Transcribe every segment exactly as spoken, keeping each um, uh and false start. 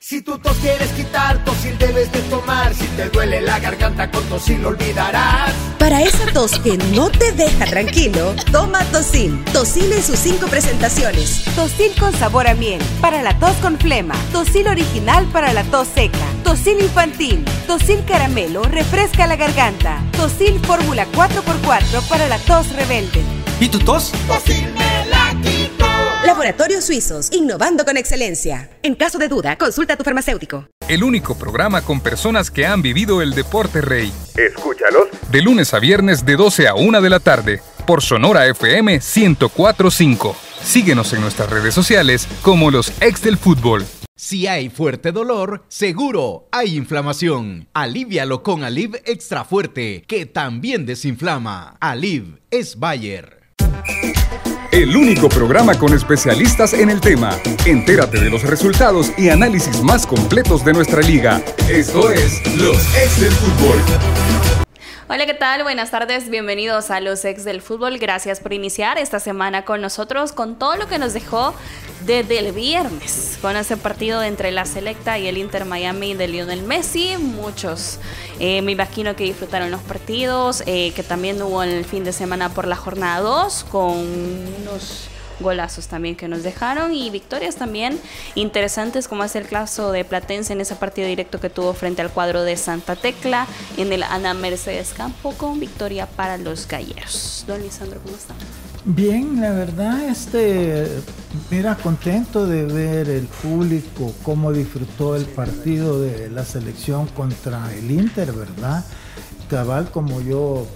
Si tu tos quieres quitar, Tosil debes de tomar. Si te duele la garganta, con Tosil lo olvidarás. Para esa tos que no te deja tranquilo, toma Tosil. Tosil en sus cinco presentaciones. Tosil con sabor a miel, para la tos con flema. Tosil original para la tos seca. Tosil infantil. Tosil caramelo, refresca la garganta. Tosil fórmula cuatro por cuatro para la tos rebelde. ¿Y tu tos? Tosil me la quito. Laboratorios Suizos, innovando con excelencia. En caso de duda, consulta a tu farmacéutico. El único programa con personas que han vivido el deporte rey. Escúchalos de lunes a viernes de doce a una de la tarde por Sonora F M ciento cuatro punto cinco. Síguenos en nuestras redes sociales como los ex del fútbol. Si hay fuerte dolor, seguro hay inflamación. Alívialo con Aleve Extra Fuerte, que también desinflama. Aleve es Bayer. El único programa con especialistas en el tema. Entérate de los resultados y análisis más completos de nuestra liga. Esto es Los Ex del Fútbol. Hola, ¿qué tal? Buenas tardes, bienvenidos a Los Ex del Fútbol. Gracias por iniciar esta semana con nosotros, con todo lo que nos dejó desde el viernes, con ese partido entre la Selecta y el Inter Miami de Lionel Messi. Muchos, eh, me imagino que disfrutaron los partidos, eh, que también hubo en el fin de semana por la jornada dos, con unos golazos también que nos dejaron y victorias también interesantes, como es el caso de Platense en ese partido directo que tuvo frente al cuadro de Santa Tecla en el Ana Mercedes Campo, con victoria para los galleros. Don Lisandro, ¿cómo está? Bien, la verdad, este, mira, contento de ver el público cómo disfrutó el partido de la selección contra el Inter, ¿verdad? Cabal, como yo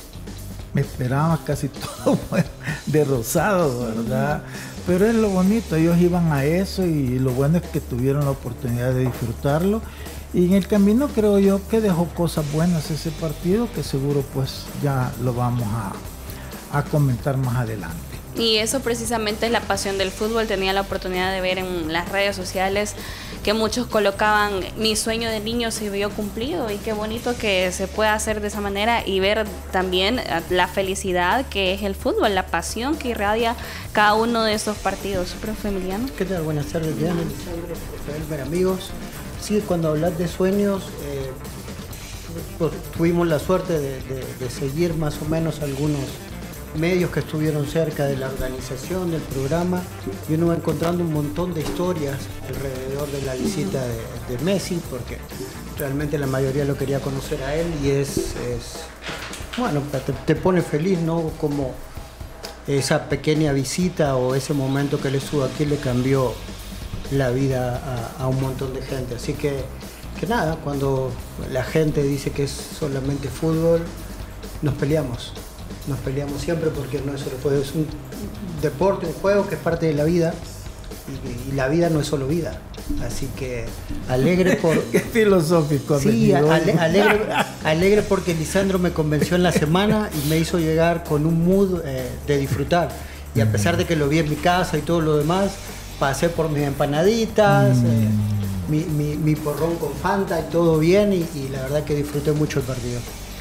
me esperaba, casi todo de rosado, ¿verdad? Pero es lo bonito, ellos iban a eso y lo bueno es que tuvieron la oportunidad de disfrutarlo. Y en el camino creo yo que dejó cosas buenas ese partido, que seguro pues ya lo vamos a, a comentar más adelante. Y eso precisamente es la pasión del fútbol. Tenía la oportunidad de ver en las redes sociales que muchos colocaban: mi sueño de niño se vio cumplido, y qué bonito que se pueda hacer de esa manera y ver también la felicidad que es el fútbol, la pasión que irradia cada uno de estos partidos. Profe Emiliano. ¿Qué tal? Buenas tardes, Diana, Lisandro, Rafael, amigos. Sí, cuando hablas de sueños, eh, pues, tuvimos la suerte de, de, de seguir más o menos algunos medios que estuvieron cerca de la organización del programa, y uno va encontrando un montón de historias alrededor de la visita de, de Messi, porque realmente la mayoría lo quería conocer a él, y es, es bueno, te, te pone feliz, ¿no? Como esa pequeña visita o ese momento que él estuvo aquí le cambió la vida a, a un montón de gente. Así que, que nada, cuando la gente dice que es solamente fútbol, nos peleamos. Nos peleamos siempre, porque no es solo fútbol, es un deporte, un juego que es parte de la vida, y, y la vida no es solo vida. Así que alegre por... Qué filosófico. Sí, ale, alegre, alegre porque Lisandro me convenció en la semana y me hizo llegar con un mood eh, de disfrutar. Y a pesar de que lo vi en mi casa y todo lo demás, pasé por mis empanaditas, mm. eh, mi, mi, mi porrón con Fanta y todo bien, y, y la verdad que disfruté mucho el partido.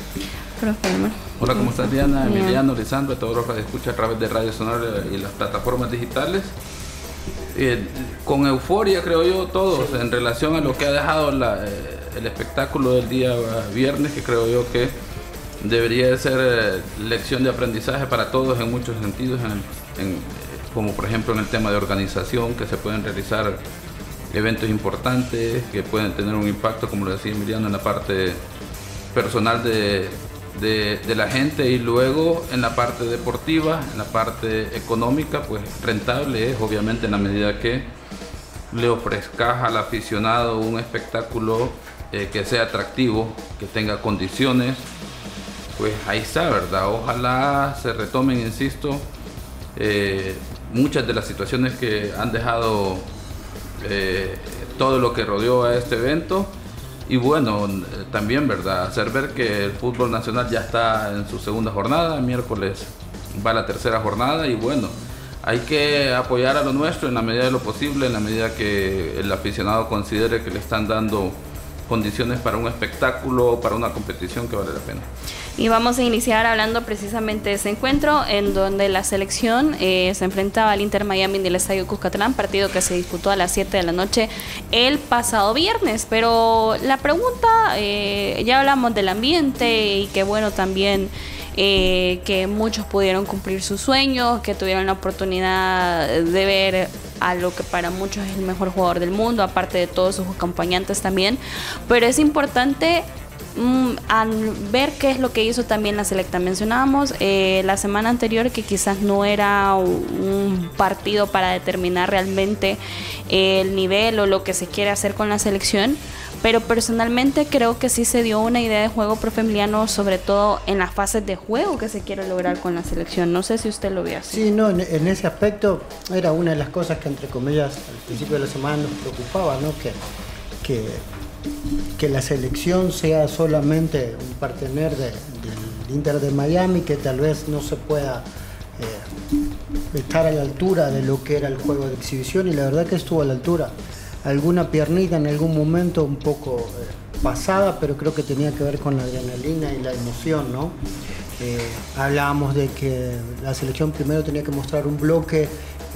Hola, ¿cómo estás, Diana, Emiliano, Lisandro, a todos los que escuchan a través de Radio Sonora y las plataformas digitales? Eh, con euforia, creo yo, todos, sí, en relación a lo que ha dejado la, eh, el espectáculo del día viernes, que creo yo que debería de ser eh, lección de aprendizaje para todos en muchos sentidos, en el, en, como por ejemplo en el tema de organización, que se pueden realizar eventos importantes que pueden tener un impacto, como lo decía Emiliano, en la parte personal de, de, de la gente, y luego en la parte deportiva, en la parte económica, pues rentable es obviamente en la medida que le ofrezcas al aficionado un espectáculo eh, que sea atractivo, que tenga condiciones. Pues ahí está, ¿verdad? Ojalá se retomen, insisto, eh, muchas de las situaciones que han dejado eh, todo lo que rodeó a este evento. Y bueno, también, ¿verdad?, hacer ver que el fútbol nacional ya está en su segunda jornada. Miércoles va la tercera jornada, y bueno, hay que apoyar a lo nuestro en la medida de lo posible, en la medida que el aficionado considere que le están dando condiciones para un espectáculo, para una competición que vale la pena. Y vamos a iniciar hablando precisamente de ese encuentro en donde la selección eh, se enfrentaba al Inter Miami en el Estadio Cuscatlán, partido que se disputó a las siete de la noche el pasado viernes. Pero la pregunta, eh, ya hablamos del ambiente y que bueno, también eh, que muchos pudieron cumplir sus sueños, que tuvieron la oportunidad de ver a lo que para muchos es el mejor jugador del mundo, aparte de todos sus acompañantes también. Pero es importante a ver qué es lo que hizo también la selecta. Mencionábamos eh, la semana anterior que quizás no era un partido para determinar realmente el nivel o lo que se quiere hacer con la selección, pero personalmente creo que sí se dio una idea de juego, profe Emiliano, sobre todo en las fases de juego que se quiere lograr con la selección. No sé si usted lo ve así. Sí, no, en, en ese aspecto era una de las cosas que entre comillas al principio de la semana nos preocupaba, ¿no? Que, que que la selección sea solamente un partener de, del Inter de Miami, que tal vez no se pueda eh, estar a la altura de lo que era el juego de exhibición, y la verdad que estuvo a la altura. Alguna piernita en algún momento un poco eh, pasada, pero creo que tenía que ver con la adrenalina y la emoción, ¿no? Eh, hablábamos de que la selección primero tenía que mostrar un bloque eh,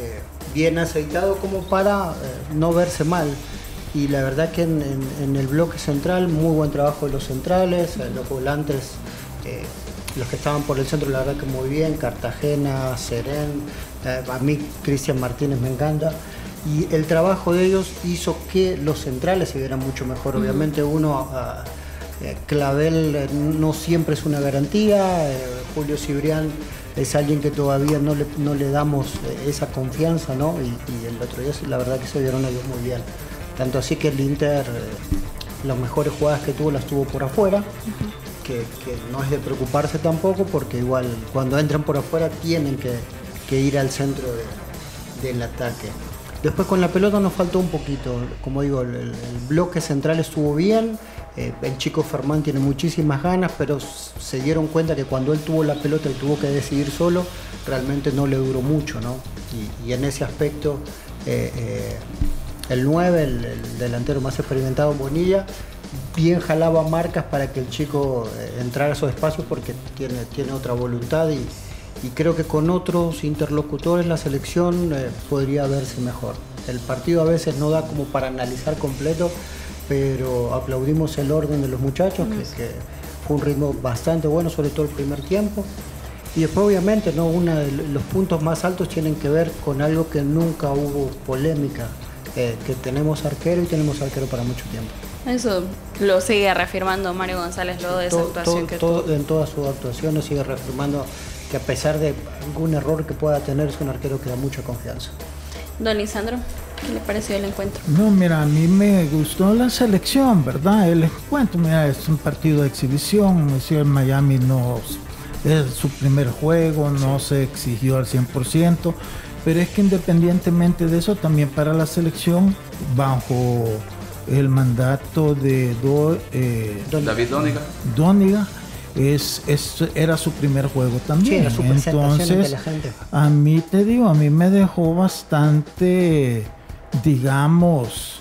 bien aceitado como para eh, no verse mal. Y la verdad que en, en, en el bloque central, muy buen trabajo de los centrales, los volantes, eh, los que estaban por el centro, la verdad que muy bien, Cartagena, Serén, eh, a mí Cristian Martínez me encanta. Y el trabajo de ellos hizo que los centrales se vieran mucho mejor. Uh-huh. Obviamente uno, uh, eh, Clavel eh, no siempre es una garantía, eh, Julio Cibrián es alguien que todavía no le, no le damos eh, esa confianza, ¿no? Y, y el otro día la verdad que se vieron ellos muy bien. Tanto así que el Inter, eh, las mejores jugadas que tuvo las tuvo por afuera, uh-huh. que, que no es de preocuparse tampoco, porque igual cuando entran por afuera tienen que, que ir al centro de, del ataque. Después con la pelota nos faltó un poquito, como digo, el, el bloque central estuvo bien, eh, el chico Fermán tiene muchísimas ganas, pero se dieron cuenta que cuando él tuvo la pelota y tuvo que decidir solo, realmente no le duró mucho, ¿no? Y, y en ese aspecto... Eh, eh, El nueve, el, el delantero más experimentado, Bonilla, bien jalaba marcas para que el chico eh, entrara a esos espacios porque tiene, tiene otra voluntad y, y creo que con otros interlocutores la selección eh, podría verse mejor. El partido a veces no da como para analizar completo, pero aplaudimos el orden de los muchachos, que, que fue un ritmo bastante bueno, sobre todo el primer tiempo. Y después obviamente, ¿no? Uno de los puntos más altos tienen que ver con algo que nunca hubo polémica. Eh, que tenemos arquero y tenemos arquero para mucho tiempo. Eso lo sigue reafirmando Mario González luego de esa todo, actuación todo, que todo, tuvo. En todas sus actuaciones sigue reafirmando que a pesar de algún error que pueda tener, es un arquero que da mucha confianza. Don Lisandro, ¿qué le pareció el encuentro? No, mira, a mí me gustó la selección, ¿verdad? El encuentro, mira, es un partido de exhibición, es decir, Miami no es su primer juego, no se exigió al cien por ciento. Pero es que independientemente de eso, también para la selección, bajo el mandato de Do, eh, David Dóniga, Dóniga es, es, era su primer juego también. Sí, entonces, a mí te digo, a mí me dejó bastante, digamos,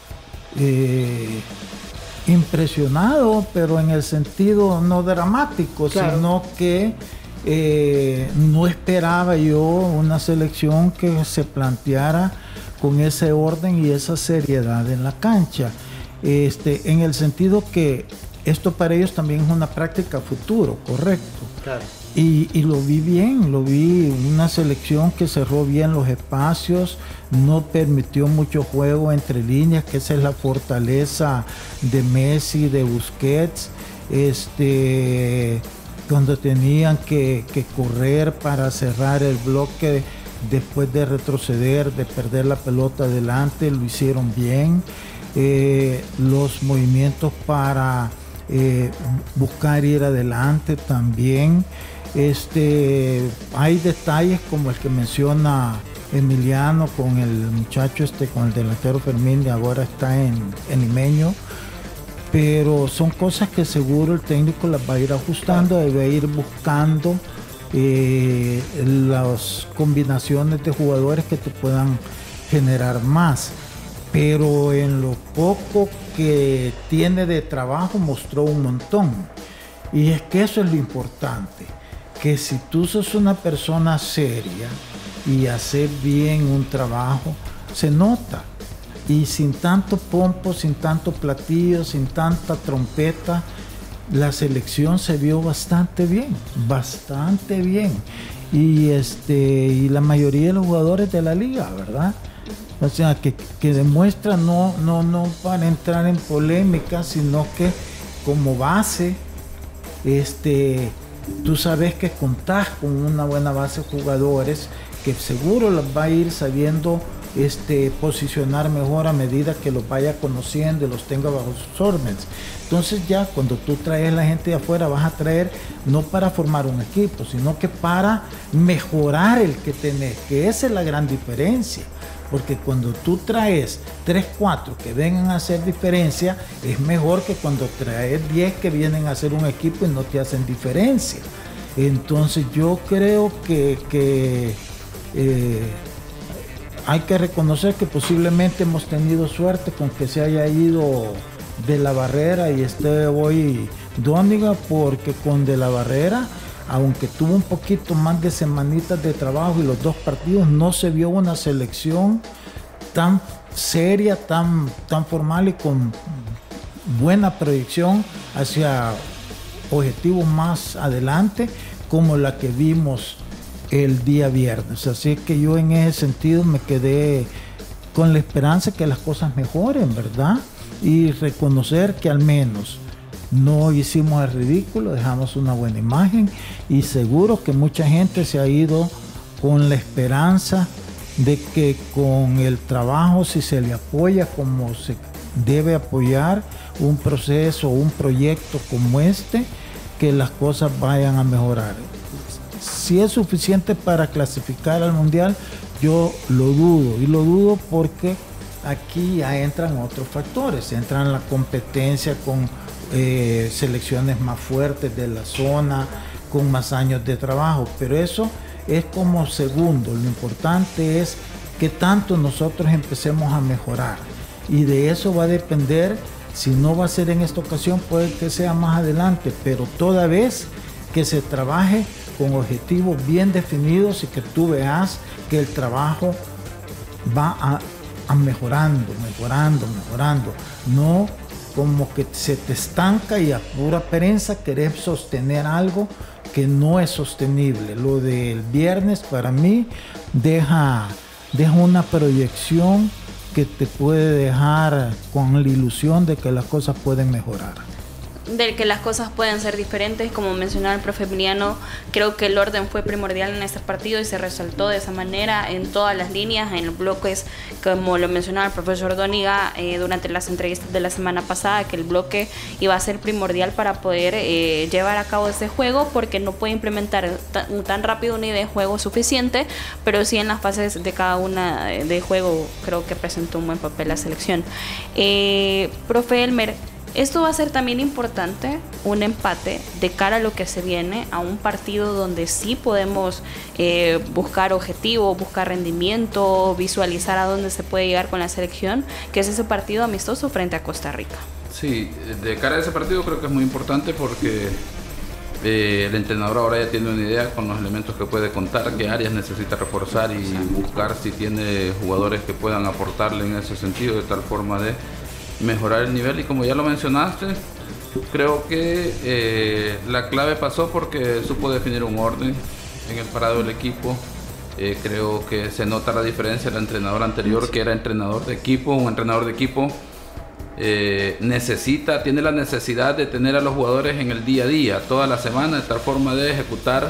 eh, impresionado, pero en el sentido no dramático, claro. Sino que Eh, no esperaba yo una selección que se planteara con ese orden y esa seriedad en la cancha, este, en el sentido que esto para ellos también es una práctica futuro, correcto. Claro. Y, y lo vi bien, lo vi una selección que cerró bien los espacios, no permitió mucho juego entre líneas, que esa es la fortaleza de Messi, de Busquets, este... cuando tenían que, que correr para cerrar el bloque después de retroceder, de perder la pelota adelante, lo hicieron bien. Eh, los movimientos para eh, buscar ir adelante también. Este, hay detalles como el que menciona Emiliano con el muchacho este, con el delantero Fermín, de ahora está en, en Limeño. Pero son cosas que seguro el técnico las va a ir ajustando, va a ir buscando eh, las combinaciones de jugadores que te puedan generar más. Pero en lo poco que tiene de trabajo mostró un montón. Y es que eso es lo importante, que si tú sos una persona seria y haces bien un trabajo, se nota. Y sin tanto pompo, sin tanto platillo, sin tanta trompeta, la selección se vio bastante bien, bastante bien. Y este y la mayoría de los jugadores de la liga, ¿verdad? O sea, que, que demuestra no, no, no para entrar en polémica, sino que como base, este, tú sabes que contás con una buena base de jugadores que seguro los va a ir sabiendo este, posicionar mejor a medida que los vaya conociendo y los tenga bajo sus órdenes. Entonces ya cuando tú traes a la gente de afuera, vas a traer no para formar un equipo, sino que para mejorar el que tenés, que esa es la gran diferencia. Porque cuando tú traes tres, cuatro que vengan a hacer diferencia, es mejor que cuando traes diez que vienen a hacer un equipo y no te hacen diferencia. Entonces yo creo que, que eh, hay que reconocer que posiblemente hemos tenido suerte con que se haya ido De la Barrera y esté hoy Dóniga, porque con De la Barrera, aunque tuvo un poquito más de semanitas de trabajo y los dos partidos, no se vio una selección tan seria, tan, tan formal y con buena proyección hacia objetivos más adelante como la que vimos el día viernes. Así que yo en ese sentido me quedé con la esperanza que las cosas mejoren, ¿verdad? Y reconocer que al menos no hicimos el ridículo, dejamos una buena imagen y seguro que mucha gente se ha ido con la esperanza de que con el trabajo, si se le apoya como se debe apoyar un proceso, un proyecto como este, que las cosas vayan a mejorar. Si es suficiente para clasificar al Mundial, yo lo dudo, y lo dudo porque aquí ya entran otros factores, entran la competencia con eh, selecciones más fuertes de la zona, con más años de trabajo, pero eso es como segundo. Lo importante es que tanto nosotros empecemos a mejorar, y de eso va a depender. Si no va a ser en esta ocasión, puede que sea más adelante, pero toda vez que se trabaje con objetivos bien definidos y que tú veas que el trabajo va a, a mejorando, mejorando, mejorando, no como que se te estanca y a pura prensa querés sostener algo que no es sostenible. Lo del viernes para mí deja, deja una proyección que te puede dejar con la ilusión de que las cosas pueden mejorar. De que las cosas pueden ser diferentes, como mencionaba el profe Emiliano, creo que el orden fue primordial en este partido y se resaltó de esa manera en todas las líneas, en los bloques, como lo mencionaba el profesor Dóniga eh, durante las entrevistas de la semana pasada, que el bloque iba a ser primordial para poder eh, llevar a cabo este juego, porque no puede implementar tan, tan rápido una idea de juego suficiente, pero sí en las fases de cada una de juego creo que presentó un buen papel la selección. Eh, profe Elmer, esto va a ser también importante, un empate de cara a lo que se viene, a un partido donde sí podemos eh, buscar objetivo, buscar rendimiento, visualizar a dónde se puede llegar con la selección, que es ese partido amistoso frente a Costa Rica. Sí, de cara a ese partido creo que es muy importante porque eh, el entrenador ahora ya tiene una idea con los elementos que puede contar, qué áreas necesita reforzar y buscar si tiene jugadores que puedan aportarle en ese sentido, de tal forma de mejorar el nivel. Y como ya lo mencionaste, creo que eh, la clave pasó porque supo definir un orden en el parado del equipo. Eh, creo que se nota la diferencia del entrenador anterior, que era entrenador de equipo. Un entrenador de equipo eh, necesita, tiene la necesidad de tener a los jugadores en el día a día, toda la semana, de tal forma de ejecutar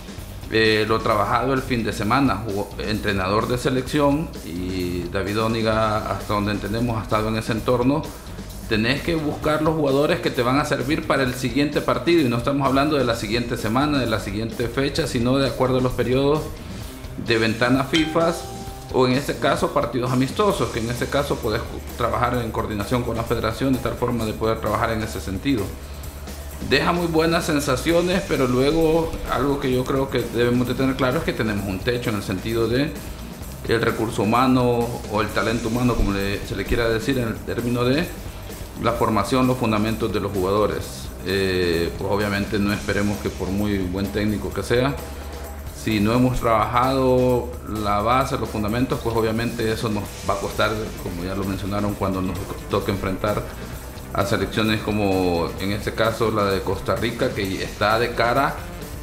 Eh, lo trabajado el fin de semana. Jugó, entrenador de selección, y David Dóniga, hasta donde entendemos, ha estado en ese entorno. Tenés que buscar los jugadores que te van a servir para el siguiente partido, y no estamos hablando de la siguiente semana, de la siguiente fecha, sino de acuerdo a los periodos de ventanas FIFA, o en este caso partidos amistosos, que en este caso podés trabajar en coordinación con la federación de tal forma de poder trabajar en ese sentido. Deja muy buenas sensaciones, pero luego algo que yo creo que debemos de tener claro es que tenemos un techo en el sentido de el recurso humano o el talento humano, como le, se le quiera decir, en el término de la formación, los fundamentos de los jugadores. eh, pues obviamente no esperemos que por muy buen técnico que sea, si no hemos trabajado la base, los fundamentos, pues obviamente eso nos va a costar, como ya lo mencionaron, cuando nos toque enfrentar a selecciones como en este caso la de Costa Rica, que está de cara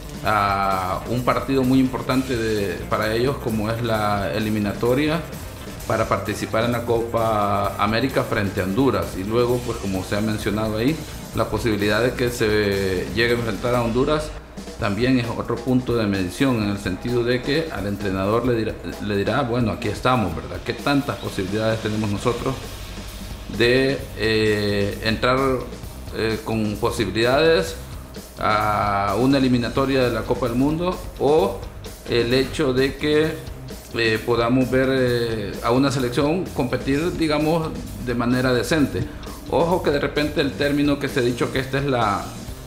a un partido muy importante de, para ellos, como es la eliminatoria para participar en la Copa América frente a Honduras. Y luego, pues como se ha mencionado ahí, la posibilidad de que se llegue a enfrentar a Honduras también es otro punto de medición, en el sentido de que al entrenador le dirá, le dirá bueno, aquí estamos, ¿verdad? ¿Qué tantas posibilidades tenemos nosotros de eh, entrar eh, con posibilidades a una eliminatoria de la Copa del Mundo, o el hecho de que eh, podamos ver eh, a una selección competir, digamos, de manera decente? Ojo que de repente el término que se ha dicho que esta es la...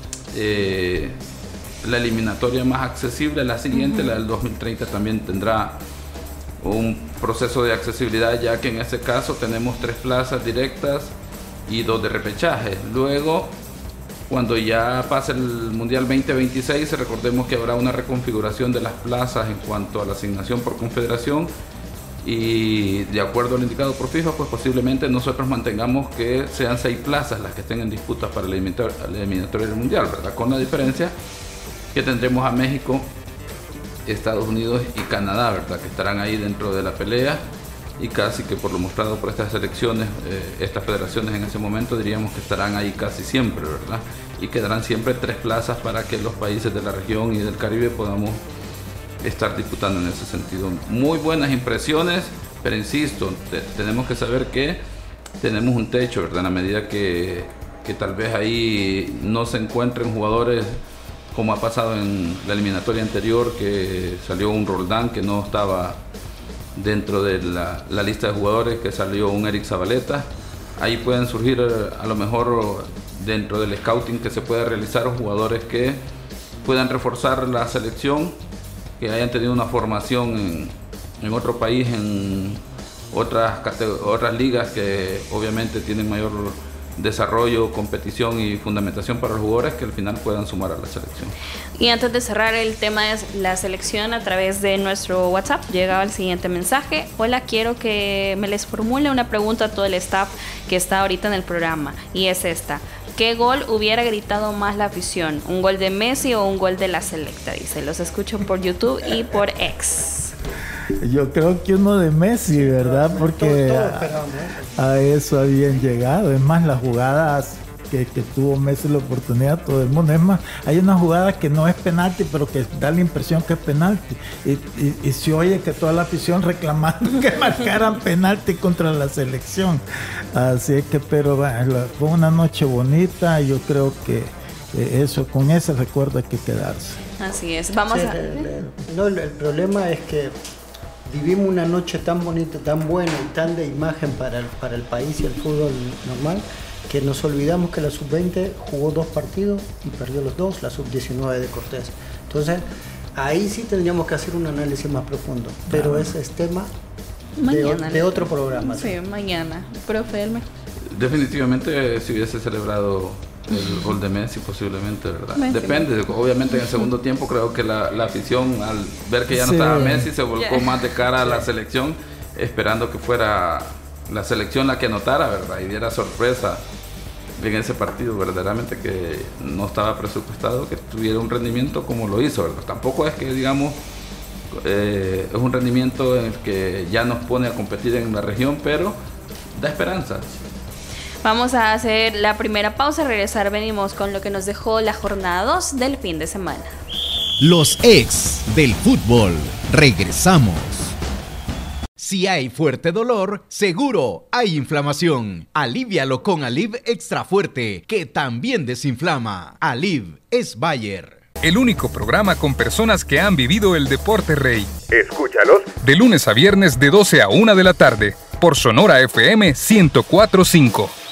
Eh, la eliminatoria más accesible, la siguiente, uh-huh. la del dos mil treinta, también tendrá un proceso de accesibilidad, ya que en este caso tenemos tres plazas directas y dos de repechaje. Luego, cuando ya pase el Mundial veinte veintiséis, recordemos que habrá una reconfiguración de las plazas en cuanto a la asignación por confederación, y de acuerdo al indicado por FIFA, pues posiblemente nosotros mantengamos que sean seis plazas las que estén en disputa para la eliminatoria del Mundial, ¿verdad? Con la diferencia que tendremos a México, Estados Unidos y Canadá, ¿verdad? Que estarán ahí dentro de la pelea, y casi que por lo mostrado por estas selecciones, eh, estas federaciones en ese momento, diríamos que estarán ahí casi siempre, ¿verdad? Y quedarán siempre tres plazas para que los países de la región y del Caribe podamos estar disputando en ese sentido. Muy buenas impresiones, pero insisto, te, tenemos que saber que tenemos un techo, ¿verdad? En la medida que, que tal vez ahí no se encuentren jugadores, como ha pasado en la eliminatoria anterior, que salió un Roldán que no estaba dentro de la, la lista de jugadores, que salió un Eric Zabaleta. Ahí pueden surgir a lo mejor dentro del scouting que se pueda realizar jugadores que puedan reforzar la selección, que hayan tenido una formación en, en otro país, en otras, otras ligas que obviamente tienen mayor desarrollo, competición y fundamentación para los jugadores, que al final puedan sumar a la selección. Y antes de cerrar el tema de la selección, a través de nuestro WhatsApp llegaba el siguiente mensaje: hola, quiero que me les formule una pregunta a todo el staff que está ahorita en el programa, y es esta: ¿qué gol hubiera gritado más la afición? ¿Un gol de Messi o un gol de la selecta? Dice, los escucho por YouTube y por X. Yo creo que uno de Messi, ¿verdad? Porque a, a eso habían llegado. Es más, las jugadas que, que tuvo Messi la oportunidad, todo el mundo. Es más, hay una jugada que no es penalti, pero que da la impresión que es penalti. Y, y, y se oye que toda la afición reclamando que marcaran penalti contra la selección. Así es que, pero bueno, fue una noche bonita. Yo creo que eh, eso, con ese recuerdo hay que quedarse. Así es. Vamos sí, a... El, el, no, el, el problema es que vivimos una noche tan bonita, tan buena y tan de imagen para el, para el país y el fútbol normal, que nos olvidamos que la sub veinte jugó dos partidos y perdió los dos, la sub diecinueve de Cortés. Entonces, ahí sí tendríamos que hacer un análisis más profundo, pero ah, ese es tema mañana, de, de otro programa. Sí, ¿sí? Mañana. Profe Elmer. Definitivamente, si hubiese celebrado el gol de Messi, posiblemente, ¿verdad? Messi. Depende, obviamente en el segundo tiempo creo que la, la afición, al ver que ya no sí. estaba Messi, se volcó yeah. más de cara a la selección, esperando que fuera la selección la que anotara, ¿verdad? Y diera sorpresa en ese partido, verdaderamente que no estaba presupuestado que tuviera un rendimiento como lo hizo, ¿verdad? Tampoco es que, digamos, eh, es un rendimiento en el que ya nos pone a competir en la región, pero da esperanza. Vamos a hacer la primera pausa, regresar venimos con lo que nos dejó la jornada dos del fin de semana. Los ex del fútbol, regresamos. Si hay fuerte dolor, seguro hay inflamación. Alívialo con Aleve Extra Fuerte, que también desinflama. Aleve es Bayer. El único programa con personas que han vivido el deporte rey. Escúchalos de lunes a viernes de doce a una de la tarde por Sonora F M ciento cuatro punto cinco.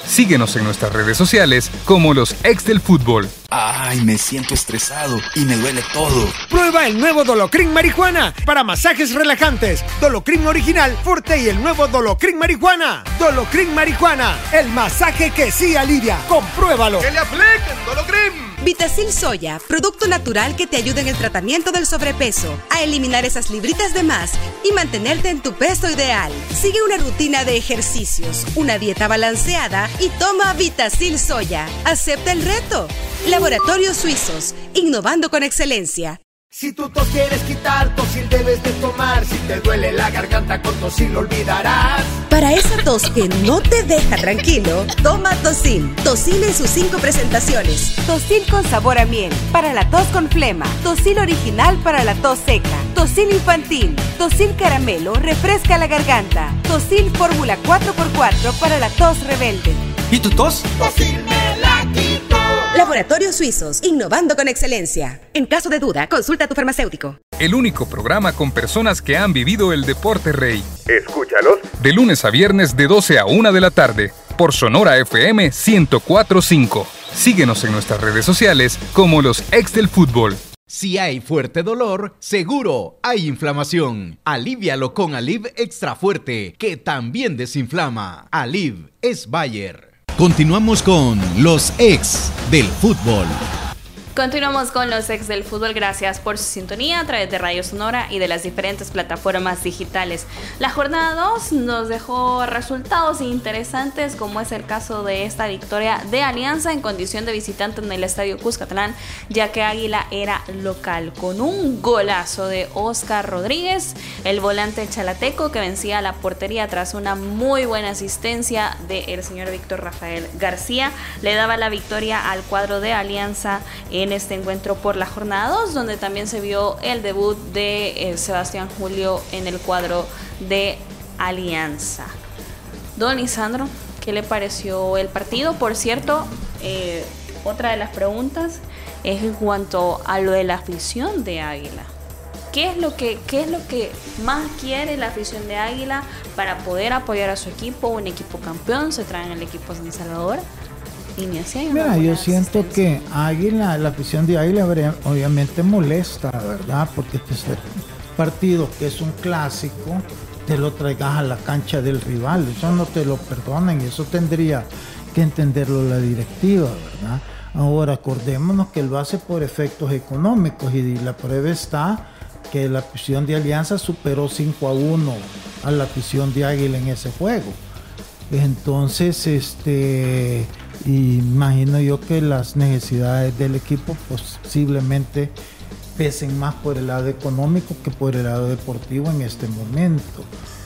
Síguenos en nuestras redes sociales como los ex del fútbol. Ay, me siento estresado y me duele todo. Prueba el nuevo Dolocrin Marihuana para masajes relajantes. Dolocrin original, fuerte y el nuevo Dolocrin Marihuana. Dolocrin Marihuana, el masaje que sí alivia. Compruébalo. ¡Que le apliquen Dolocrin! Vitacil Soya, producto natural que te ayuda en el tratamiento del sobrepeso, a eliminar esas libritas de más y mantenerte en tu peso ideal. Sigue una rutina de ejercicios, una dieta balanceada y toma Vitacil Soya. Acepta el reto. Laboratorios Suizos, innovando con excelencia. Si tu tos quieres quitar, Tosil debes de tomar. Si te duele la garganta, con Tosil lo olvidarás. Para esa tos que no te deja tranquilo, toma Tosil. Tosil en sus cinco presentaciones. Tosil con sabor a miel, para la tos con flema. Tosil original para la tos seca. Tosil infantil. Tosil caramelo, refresca la garganta. Tosil fórmula cuatro por cuatro para la tos rebelde. ¿Y tu tos? Tosil me la quito. Laboratorios Suizos, innovando con excelencia. En caso de duda, consulta a tu farmacéutico. El único programa con personas que han vivido el deporte rey. Escúchalos de lunes a viernes de doce a una de la tarde por Sonora F M ciento cuatro punto cinco. Síguenos en nuestras redes sociales como los ex del fútbol. Si hay fuerte dolor, seguro hay inflamación. Alívialo con Aleve Extra Fuerte, que también desinflama. Aleve es Bayer. Continuamos con los ex del fútbol. Continuamos con los ex del fútbol. Gracias por su sintonía a través de Radio Sonora y de las diferentes plataformas digitales. La jornada dos nos dejó resultados interesantes, como es el caso de esta victoria de Alianza en condición de visitante en el Estadio Cuscatlán, ya que Águila era local, con un golazo de Oscar Rodríguez, el volante chalateco, que vencía la portería tras una muy buena asistencia del señor Víctor Rafael García. Le daba la victoria al cuadro de Alianza en este encuentro por la jornada dos, donde también se vio el debut de eh, Sebastián Julio en el cuadro de Alianza. Don Lisandro, ¿qué le pareció el partido? Por cierto, eh, otra de las preguntas es en cuanto a lo de la afición de Águila. ¿Qué es lo que, qué es lo que más quiere la afición de Águila para poder apoyar a su equipo? Un equipo campeón, se traen el equipo San Salvador. Mira, yo siento que Águila, la afición de Águila obviamente molesta, ¿verdad? Porque este es un partido que es un clásico, te lo traigas a la cancha del rival, eso no te lo perdonan y eso tendría que entenderlo la directiva, ¿verdad? Ahora acordémonos que él lo hace por efectos económicos y la prueba está que la afición de Alianza superó cinco a uno a la afición de Águila en ese juego. Entonces, este... y imagino yo que las necesidades del equipo posiblemente pesen más por el lado económico que por el lado deportivo en este momento.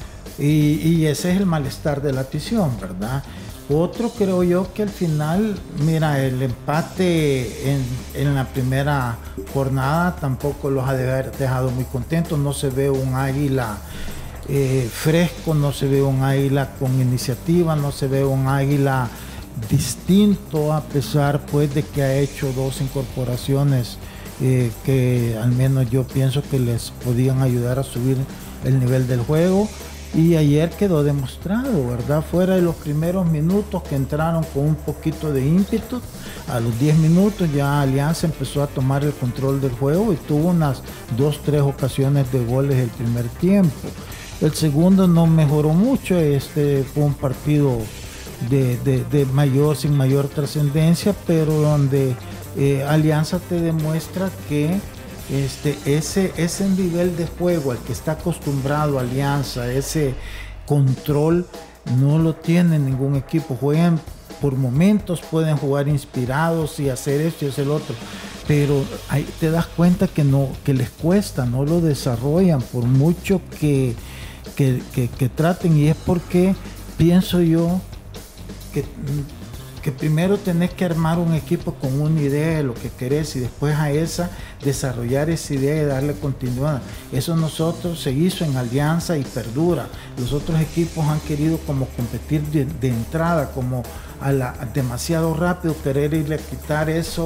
Y, y ese es el malestar de la afición, ¿verdad? Otro creo yo que al final, mira, el empate en, en la primera jornada tampoco los ha dejado muy contentos. No se ve un Águila eh, fresco, no se ve un Águila con iniciativa, no se ve un Águila distinto, a pesar pues de que ha hecho dos incorporaciones eh, que al menos yo pienso que les podían ayudar a subir el nivel del juego, y ayer quedó demostrado, ¿verdad? Fuera de los primeros minutos que entraron con un poquito de ímpetu, a los diez minutos ya Alianza empezó a tomar el control del juego y tuvo unas dos, tres ocasiones de goles el primer tiempo. El segundo no mejoró mucho, este fue un partido De, de, de mayor, sin mayor trascendencia, pero donde eh, Alianza te demuestra que este, ese, ese nivel de juego al que está acostumbrado Alianza, ese control, no lo tiene ningún equipo. Juegan por momentos, pueden jugar inspirados y hacer esto y hacer lo otro, pero ahí te das cuenta que, no, que les cuesta, no lo desarrollan por mucho que, que, que, que traten, y es porque pienso yo Que, que primero tenés que armar un equipo con una idea de lo que querés y después a esa desarrollar esa idea y darle continuidad. Eso nosotros se hizo en Alianza y perdura. Los otros equipos han querido como competir de, de entrada, como a la, demasiado rápido, querer irle a quitar eso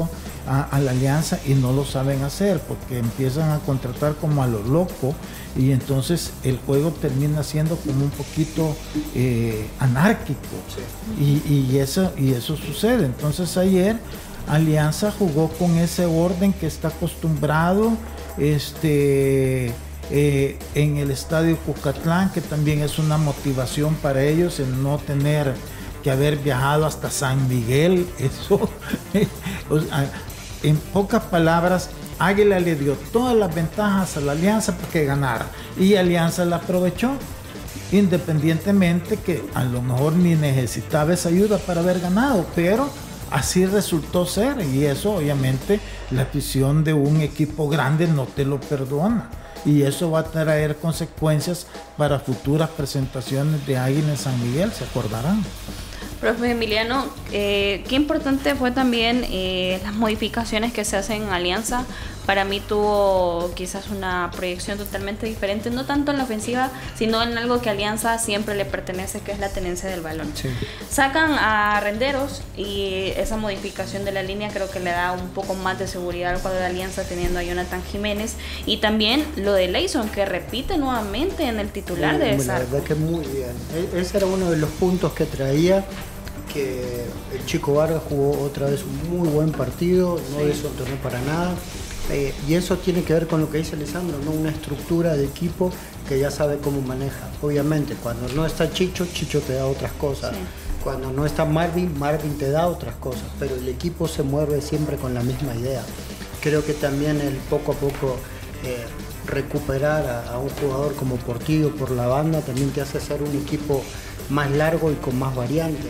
a, a la Alianza y no lo saben hacer porque empiezan a contratar como a lo loco y entonces el juego termina siendo como un poquito eh, anárquico. Sí. Y, y, eso, y eso sucede. Entonces ayer Alianza jugó con ese orden que está acostumbrado este, eh, en el Estadio Cuscatlán, que también es una motivación para ellos el no tener que haber viajado hasta San Miguel. Eso, o sea, en pocas palabras, Águila le dio todas las ventajas a la Alianza para que ganara y Alianza la aprovechó, independientemente que a lo mejor ni necesitaba esa ayuda para haber ganado, pero así resultó ser y eso obviamente la afición de un equipo grande no te lo perdona y eso va a traer consecuencias para futuras presentaciones de Águila en San Miguel, se acordarán. Profe Emiliano, eh, qué importante fue también eh, las modificaciones que se hacen en Alianza. Para mí tuvo quizás una proyección totalmente diferente, no tanto en la ofensiva, sino en algo que a Alianza siempre le pertenece, que es la tenencia del balón. Sí. Sacan a Renderos y esa modificación de la línea creo que le da un poco más de seguridad al cuadro de Alianza teniendo a Jonathan Jiménez y también lo de Leyson que repite nuevamente en el titular muy, de esa. La verdad que muy bien. E- ese era uno de los puntos que traía, que el Chico Vargas jugó otra vez un muy buen partido, no sí. desentonó para nada. Eh, y eso tiene que ver con lo que dice Lisandro, ¿no? Una estructura de equipo que ya sabe cómo maneja. Obviamente, cuando no está Chicho, Chicho te da otras cosas. Sí. Cuando no está Marvin, Marvin te da otras cosas. Pero el equipo se mueve siempre con la misma idea. Creo que también el poco a poco eh, recuperar a, a un jugador como Portillo por la banda también te hace ser un equipo más largo y con más variantes.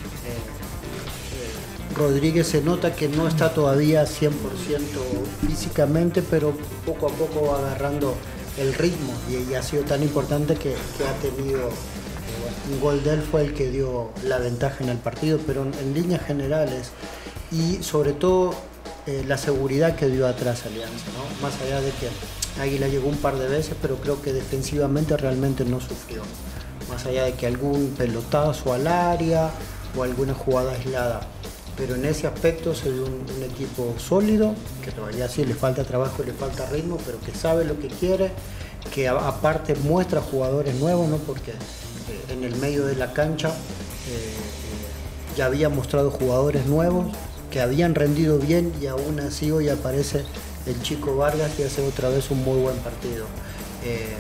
Rodríguez se nota que no está todavía cien por ciento físicamente, pero poco a poco va agarrando el ritmo y, y ha sido tan importante que, que ha tenido, eh, un gol de él fue el que dio la ventaja en el partido, pero en, en líneas generales y sobre todo eh, la seguridad que dio atrás Alianza, ¿no? Más allá de que Águila llegó un par de veces, pero creo que defensivamente realmente no sufrió, más allá de que algún pelotazo al área o alguna jugada aislada. Pero en ese aspecto se dio un, un equipo sólido, que todavía sí le falta trabajo y le falta ritmo, pero que sabe lo que quiere, que a, aparte muestra jugadores nuevos, ¿no? Porque eh, en el medio de la cancha eh, eh, ya había mostrado jugadores nuevos que habían rendido bien y aún así hoy aparece el Chico Vargas y hace otra vez un muy buen partido. Eh,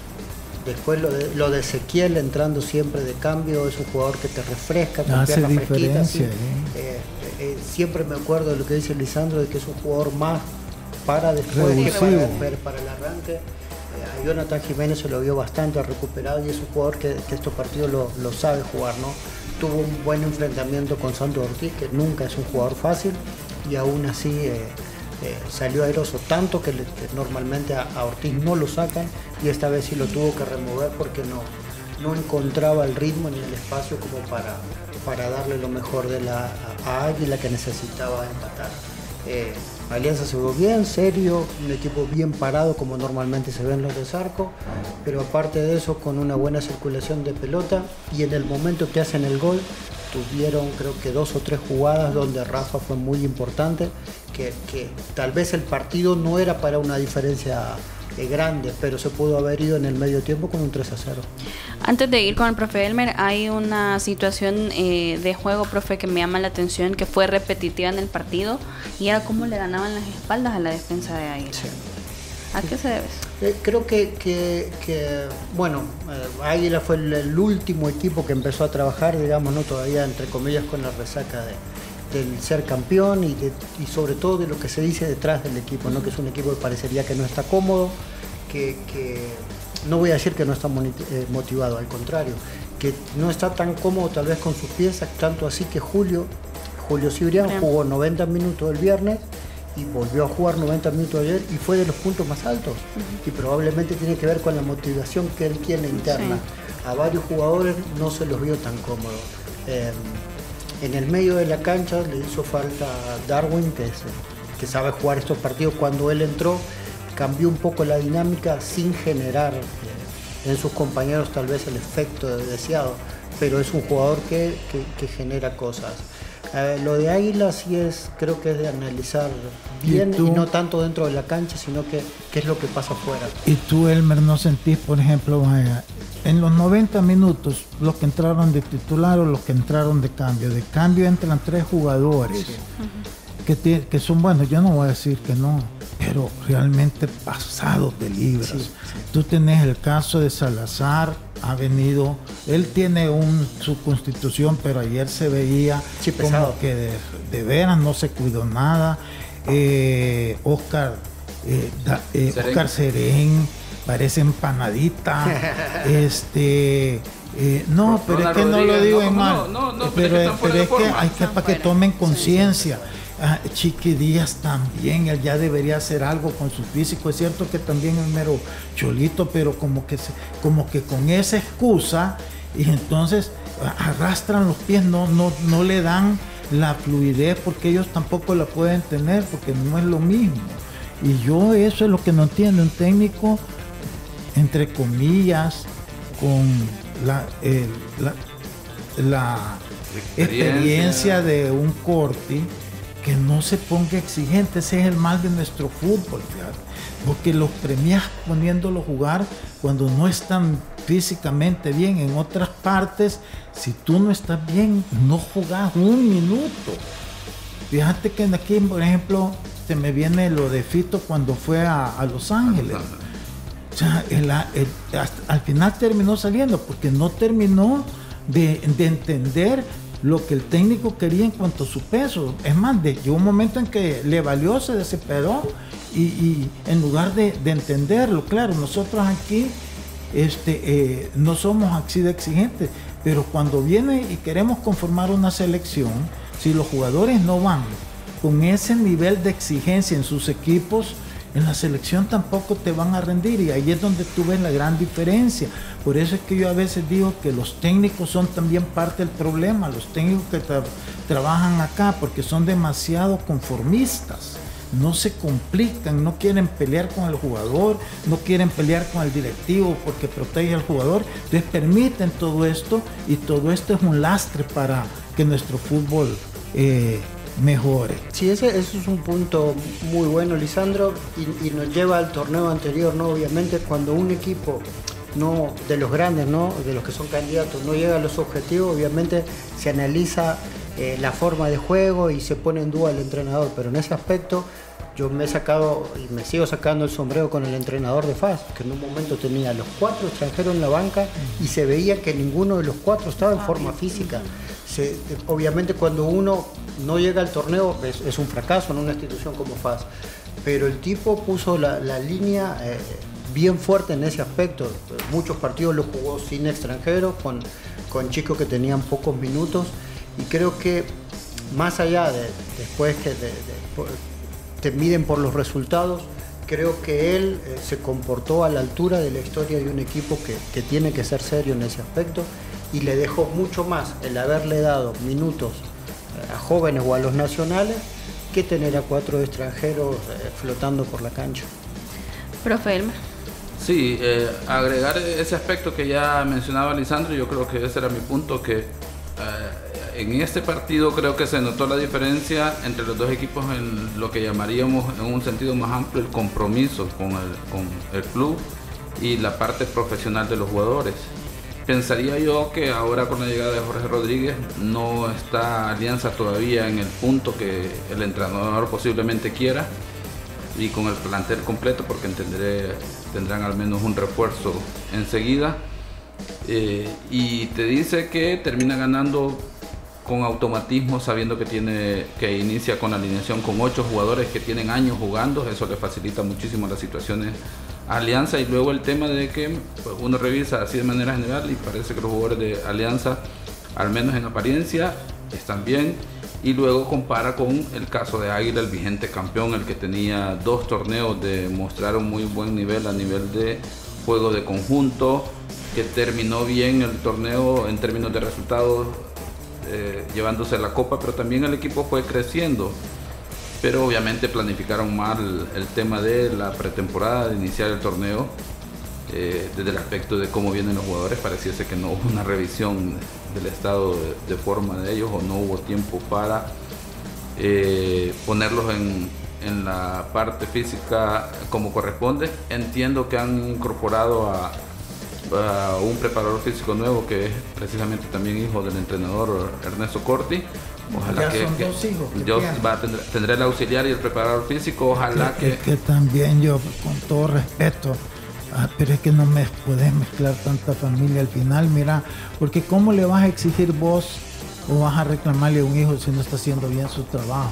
Después lo de, lo de Ezequiel entrando siempre de cambio, es un jugador que te refresca, con piernas fresquitas. ¿Sí? Eh, eh, siempre me acuerdo de lo que dice Lisandro, de que es un jugador más para después que para, para el arranque. Eh, a Jonathan Jiménez se lo vio bastante recuperado y es un jugador que, que estos partidos lo, lo sabe jugar, ¿no? Tuvo un buen enfrentamiento con Santos Ortiz, que nunca es un jugador fácil, y aún así eh, Eh, salió airoso tanto que, le, que normalmente a, a Ortiz no lo sacan y esta vez sí lo tuvo que remover porque no, no encontraba el ritmo ni el espacio como para, para darle lo mejor de la, a, a Águila que necesitaba empatar. Eh, Alianza se vio bien, serio, un equipo bien parado como normalmente se ven los de Zarco, pero aparte de eso con una buena circulación de pelota y en el momento que hacen el gol tuvieron creo que dos o tres jugadas donde Rafa fue muy importante, que, que tal vez el partido no era para una diferencia eh, grande, pero se pudo haber ido en el medio tiempo con un tres a cero. Antes de ir con el profe Elmer, hay una situación eh, de juego, profe, que me llama la atención, que fue repetitiva en el partido, y era cómo le ganaban las espaldas a la defensa de Águila. Sí. ¿A qué se debe? Eh, creo que, que, que bueno, eh, Águila fue el, el último equipo que empezó a trabajar, digamos, no todavía entre comillas con la resaca de, del ser campeón y, de, y sobre todo de lo que se dice detrás del equipo, ¿no? Que es un equipo que parecería que no está cómodo, que, que no voy a decir que no está motivado, al contrario, que no está tan cómodo tal vez con sus piezas, tanto así que Julio, Julio Cibrián jugó noventa minutos el viernes y volvió a jugar noventa minutos ayer y fue de los puntos más altos. Uh-huh. Y probablemente tiene que ver con la motivación que él tiene interna. Sí. A varios jugadores no se los vio tan cómodos. Eh, en el medio de la cancha le hizo falta Darwin, que, es, que sabe jugar estos partidos. Cuando él entró, cambió un poco la dinámica sin generar eh, en sus compañeros tal vez el efecto deseado, pero es un jugador que, que, que genera cosas. Eh, lo de Águila sí es, creo que es de analizar bien y, y no tanto dentro de la cancha, sino que qué es lo que pasa afuera. Y tú, Elmer, no sentís, por ejemplo, vaya, en los noventa minutos, los que entraron de titular o los que entraron de cambio. De cambio entran tres jugadores sí. que, te, que son buenos, yo no voy a decir que no, pero realmente pasados de libras. Sí, sí. Tú tenés el caso de Salazar, ha venido, él tiene un, su constitución, pero ayer se veía sí, como que de, de veras no se cuidó nada. Eh, Oscar, eh, da, eh, Serén. Oscar Serén parece empanadita. este eh, no, pero Ronald es que Rodríguez, no lo digo en no, mal. No, no, no, pero, pero, es que, pero es que hay que para que tomen conciencia. Ah, Chiqui Díaz también, él ya debería hacer algo con su físico. Es cierto que también es mero cholito, pero como que se, como que con esa excusa y entonces arrastran los pies, no, no, no le dan la fluidez porque ellos tampoco la pueden tener porque no es lo mismo. Y yo eso es lo que no entiendo, un técnico entre comillas con la, eh, la, la experiencia. experiencia de un Corti, que no se ponga exigente. Ese es el mal de nuestro fútbol, fíjate, porque los premias poniéndolo a jugar cuando no están físicamente bien. En otras partes, si tú no estás bien, no jugás un minuto. Fíjate que aquí, por ejemplo, se me viene lo de Fito cuando fue a, a Los Ángeles. O sea, el, el, hasta, al final terminó saliendo porque no terminó de, de entender lo que el técnico quería en cuanto a su peso. Es más, de, llegó un momento en que le valió, se desesperó y, y en lugar de, de entenderlo. Claro, nosotros aquí este, eh, no somos así de exigentes, pero cuando viene y queremos conformar una selección, si los jugadores no van con ese nivel de exigencia en sus equipos, en la selección tampoco te van a rendir, y ahí es donde tú ves la gran diferencia. Por eso es que yo a veces digo que los técnicos son también parte del problema, los técnicos que tra- trabajan acá, porque son demasiado conformistas, no se complican, no quieren pelear con el jugador, no quieren pelear con el directivo porque protege al jugador, entonces permiten todo esto, y todo esto es un lastre para que nuestro fútbol eh, mejore. Sí, ese, ese es un punto muy bueno, Lisandro, y, y nos lleva al torneo anterior, ¿no? Obviamente cuando un equipo no de los grandes, ¿no? De los que son candidatos, no llega a los objetivos, obviamente se analiza eh, la forma de juego y se pone en duda el entrenador, pero en ese aspecto yo me he sacado y me sigo sacando el sombrero con el entrenador de F A S, que en un momento tenía a los cuatro extranjeros en la banca y se veía que ninguno de los cuatro estaba en forma física. Se, obviamente cuando uno no llega al torneo es, es un fracaso en una institución como F A S, pero el tipo puso la, la línea eh, bien fuerte en ese aspecto. Muchos partidos los jugó sin extranjeros, con, con chicos que tenían pocos minutos, y creo que más allá de después que de, de, te miden por los resultados, creo que él eh, se comportó a la altura de la historia de un equipo que, que tiene que ser serio en ese aspecto, y le dejó mucho más el haberle dado minutos eh, a jóvenes o a los nacionales que tener a cuatro extranjeros eh, flotando por la cancha. Profe Elmer. Sí, eh, agregar ese aspecto que ya mencionaba Lisandro, yo creo que ese era mi punto, que eh, en este partido creo que se notó la diferencia entre los dos equipos en lo que llamaríamos en un sentido más amplio el compromiso con el, con el club y la parte profesional de los jugadores. Pensaría yo que ahora con la llegada de Jorge Rodríguez no está Alianza todavía en el punto que el entrenador posiblemente quiera, y con el plantel completo, porque entenderé, tendrán al menos un refuerzo enseguida, eh, y te dice que termina ganando con automatismo, sabiendo que tiene que inicia con alineación con ocho jugadores que tienen años jugando. Eso le facilita muchísimo las situaciones a Alianza. Y luego el tema de que pues, uno revisa así de manera general y parece que los jugadores de Alianza, al menos en apariencia, están bien, y luego compara con el caso de Águila, el vigente campeón, el que tenía dos torneos de mostrar un muy buen nivel a nivel de juego de conjunto, que terminó bien el torneo en términos de resultados, Eh, llevándose la copa, pero también el equipo fue creciendo, pero obviamente planificaron mal el tema de la pretemporada, de iniciar el torneo, Eh, desde el aspecto de cómo vienen los jugadores, pareciese que no hubo una revisión del estado de, de forma de ellos, o no hubo tiempo para eh, ponerlos en, en la parte física como corresponde. Entiendo que han incorporado a, a un preparador físico nuevo, que es precisamente también hijo del entrenador Ernesto Corti. Ojalá ya que, son que dos hijos que yo va a tener, tendré el auxiliar y el preparador físico. Ojalá que, que, que, que también yo, con todo respeto, ah, pero es que no me puedes mezclar tanta familia al final, mira, porque cómo le vas a exigir vos o vas a reclamarle a un hijo si no está haciendo bien su trabajo.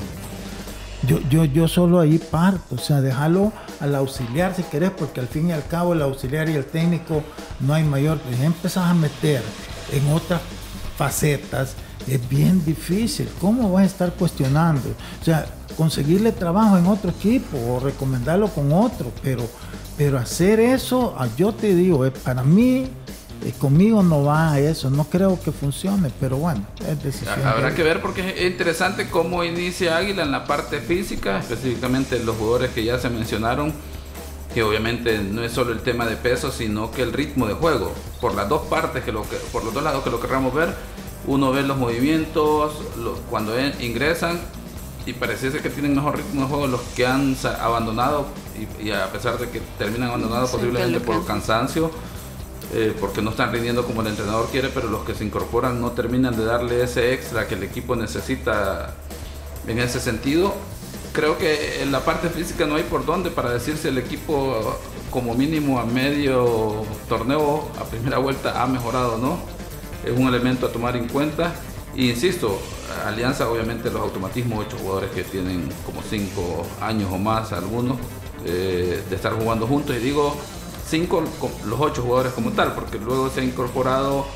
Yo, yo, yo solo ahí parto, o sea, déjalo al auxiliar si querés, porque al fin y al cabo el auxiliar y el técnico no hay mayor, pero ya empezás a meter en otras facetas. Es bien difícil. ¿Cómo vas a estar cuestionando? O sea, conseguirle trabajo en otro equipo o recomendarlo con otro, pero, pero hacer eso, yo te digo, para mí, conmigo no va a eso. No creo que funcione, pero bueno, es decisión. Habrá de... que ver, porque es interesante cómo inicia Águila en la parte física, específicamente los jugadores que ya se mencionaron, que obviamente no es solo el tema de peso, sino que el ritmo de juego, por las dos partes, que lo que, por los dos lados que lo querramos ver. Uno ve los movimientos los, cuando ingresan, y pareciese que tienen mejor ritmo de juego los que han abandonado, y, y a pesar de que terminan abandonados sí, posiblemente por cansancio, eh, porque no están rindiendo como el entrenador quiere, pero los que se incorporan no terminan de darle ese extra que el equipo necesita en ese sentido. Creo que en la parte física no hay por dónde para decir si el equipo como mínimo a medio torneo, a primera vuelta, ha mejorado o no. Es un elemento a tomar en cuenta. E insisto, Alianza, obviamente los automatismos, ocho jugadores que tienen como cinco años o más, algunos, eh, de estar jugando juntos. Y digo cinco, los ocho jugadores como tal, porque luego se ha incorporado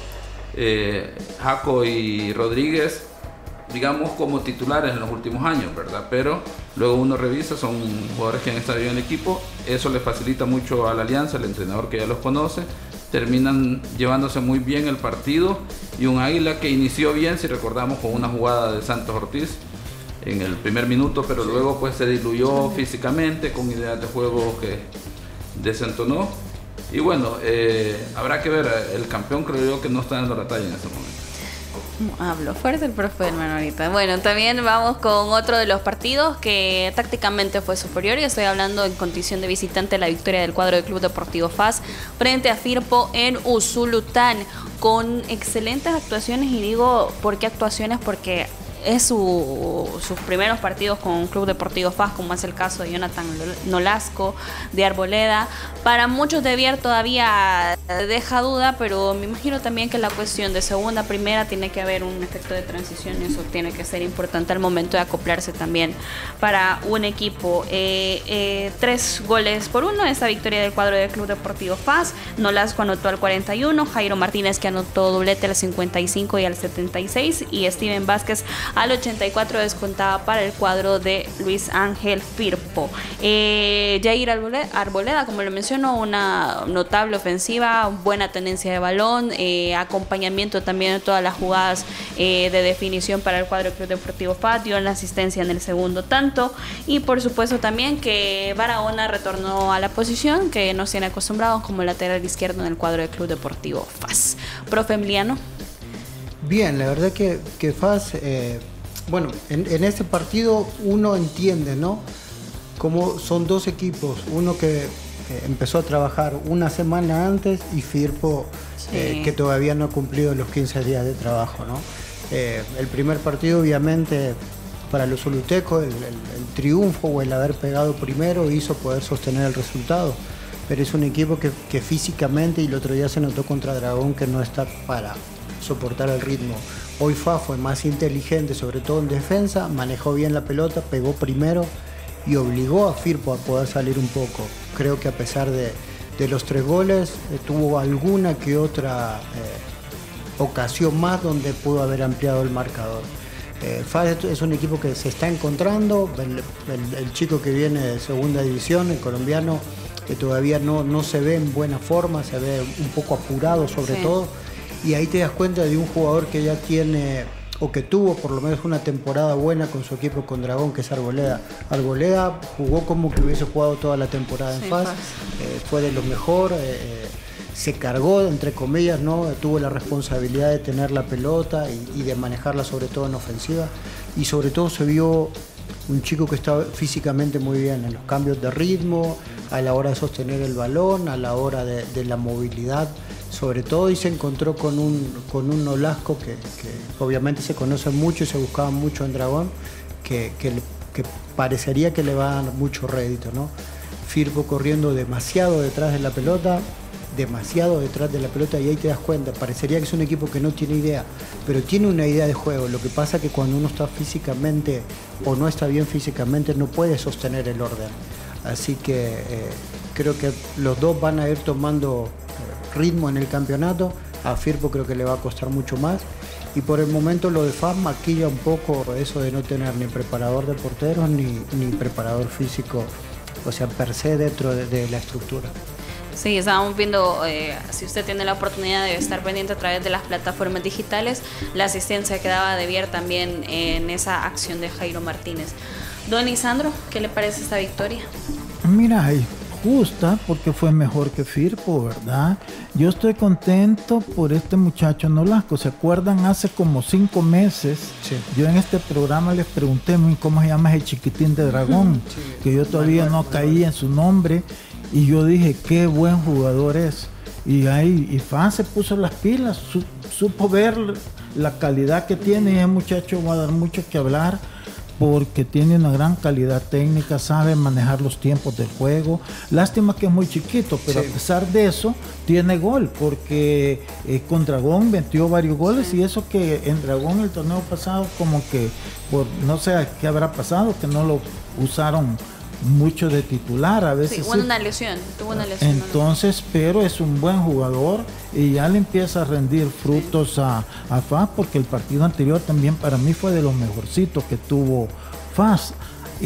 eh, Jaco y Rodríguez, digamos, como titulares en los últimos años, ¿verdad? Pero luego uno revisa, son jugadores que han estado en el equipo. Eso le facilita mucho a la Alianza, el entrenador que ya los conoce. Terminan llevándose muy bien el partido, y un Águila que inició bien, si recordamos, con una jugada de Santos Ortiz en el primer minuto, pero luego pues se diluyó físicamente con ideas de juego que desentonó. Y bueno, eh, habrá que ver, el campeón creo yo que no está dando la talla en ese momento. Hablo fuerte el profe hermano ahorita. Bueno, también vamos con otro de los partidos que tácticamente fue superior, y estoy hablando en condición de visitante, la victoria del cuadro del Club Deportivo F A S frente a Firpo en Usulután, con excelentes actuaciones. Y digo, ¿por qué actuaciones? Porque es su, sus primeros partidos con Club Deportivo F A S, como es el caso de Jonathan Nolasco, de Arboleda. Para muchos de Vier todavía deja duda, pero me imagino también que la cuestión de segunda a primera tiene que haber un efecto de transición, y eso tiene que ser importante al momento de acoplarse también para un equipo. Eh, eh, tres goles por uno, esta victoria del cuadro del Club Deportivo F A S. Nolasco anotó al cuarenta y uno, Jairo Martínez, que anotó doblete al cincuenta y cinco y al setenta y seis, y Steven Vázquez al ochenta y cuatro descontaba para el cuadro de Luis Ángel Firpo. Eh, Jair Arboleda, como lo mencionó, una notable ofensiva, buena tenencia de balón, eh, acompañamiento también de todas las jugadas eh, de definición para el cuadro del Club Deportivo F A S, dio la asistencia en el segundo tanto, y por supuesto también que Barahona retornó a la posición que nos tiene acostumbrados como lateral izquierdo en el cuadro del Club Deportivo F A S. Profe Emiliano. Bien, la verdad que, que F A S, eh, bueno, en, en este partido uno entiende, ¿no? Cómo son dos equipos, uno que eh, empezó a trabajar una semana antes, y Firpo, sí. eh, que todavía no ha cumplido los quince días de trabajo, ¿no? Eh, el primer partido, obviamente, para los solutecos, el, el, el triunfo o el haber pegado primero hizo poder sostener el resultado. Pero es un equipo que, que físicamente, y el otro día se notó contra Dragón, que no está para soportar el ritmo. Hoy F A fue más inteligente, sobre todo en defensa, manejó bien la pelota, pegó primero y obligó a Firpo a poder salir un poco. Creo que a pesar de, de los tres goles, eh, tuvo alguna que otra eh, ocasión más donde pudo haber ampliado el marcador. Eh, F A es un equipo que se está encontrando, el, el, el chico que viene de segunda división, el colombiano, que todavía no, no se ve en buena forma, se ve un poco apurado sobre sí. todo. Y ahí te das cuenta de un jugador que ya tiene o que tuvo por lo menos una temporada buena con su equipo, con Dragón, que es Arboleda. Arboleda jugó como que hubiese jugado toda la temporada en sí, F A S, eh, fue de lo mejor, eh, se cargó, entre comillas, ¿no? Tuvo la responsabilidad de tener la pelota y, y de manejarla sobre todo en ofensiva, y sobre todo se vio un chico que estaba físicamente muy bien en los cambios de ritmo, a la hora de sostener el balón, a la hora de, de la movilidad, sobre todo, y se encontró con un, con un Nolasco que, que obviamente se conoce mucho y se buscaba mucho en Dragón, que, que, que parecería que le va a dar mucho rédito, ¿no? Firpo corriendo demasiado detrás de la pelota, demasiado detrás de la pelota, y ahí te das cuenta, parecería que es un equipo que no tiene idea, pero tiene una idea de juego. Lo que pasa es que cuando uno está físicamente o no está bien físicamente, no puede sostener el orden. Así que eh, creo que los dos van a ir tomando ritmo en el campeonato. A Firpo creo que le va a costar mucho más, y por el momento lo de F A S maquilla un poco eso de no tener ni preparador de porteros ni, ni preparador físico, o sea, per se dentro de, de la estructura. Sí, estábamos viendo, eh, si usted tiene la oportunidad de estar pendiente a través de las plataformas digitales, la asistencia que daba de Vier también en esa acción de Jairo Martínez. Don Lisandro, ¿qué le parece esta victoria? Mira, es justa porque fue mejor que Firpo, ¿verdad? Yo estoy contento por este muchacho Nolasco. ¿Se acuerdan? Hace como cinco meses, sí, yo en este programa les pregunté cómo se llama ese chiquitín de Dragón, sí, que yo todavía no caí en su nombre. Y yo dije, qué buen jugador es. Y ahí y F A S se puso las pilas, su, supo ver la calidad que tiene. Y ese muchacho va a dar mucho que hablar porque tiene una gran calidad técnica, sabe manejar los tiempos del juego. Lástima que es muy chiquito, pero sí, a pesar de eso, tiene gol, porque eh, con Dragón metió varios goles, sí, y eso que en Dragón el torneo pasado como que, por no sé qué habrá pasado, que no lo usaron mucho de titular a veces. Sí, hubo una lesión, tuvo una lesión. Entonces, pero es un buen jugador y ya le empieza a rendir frutos, sí, a, a F A S, porque el partido anterior también para mí fue de los mejorcitos que tuvo F A S.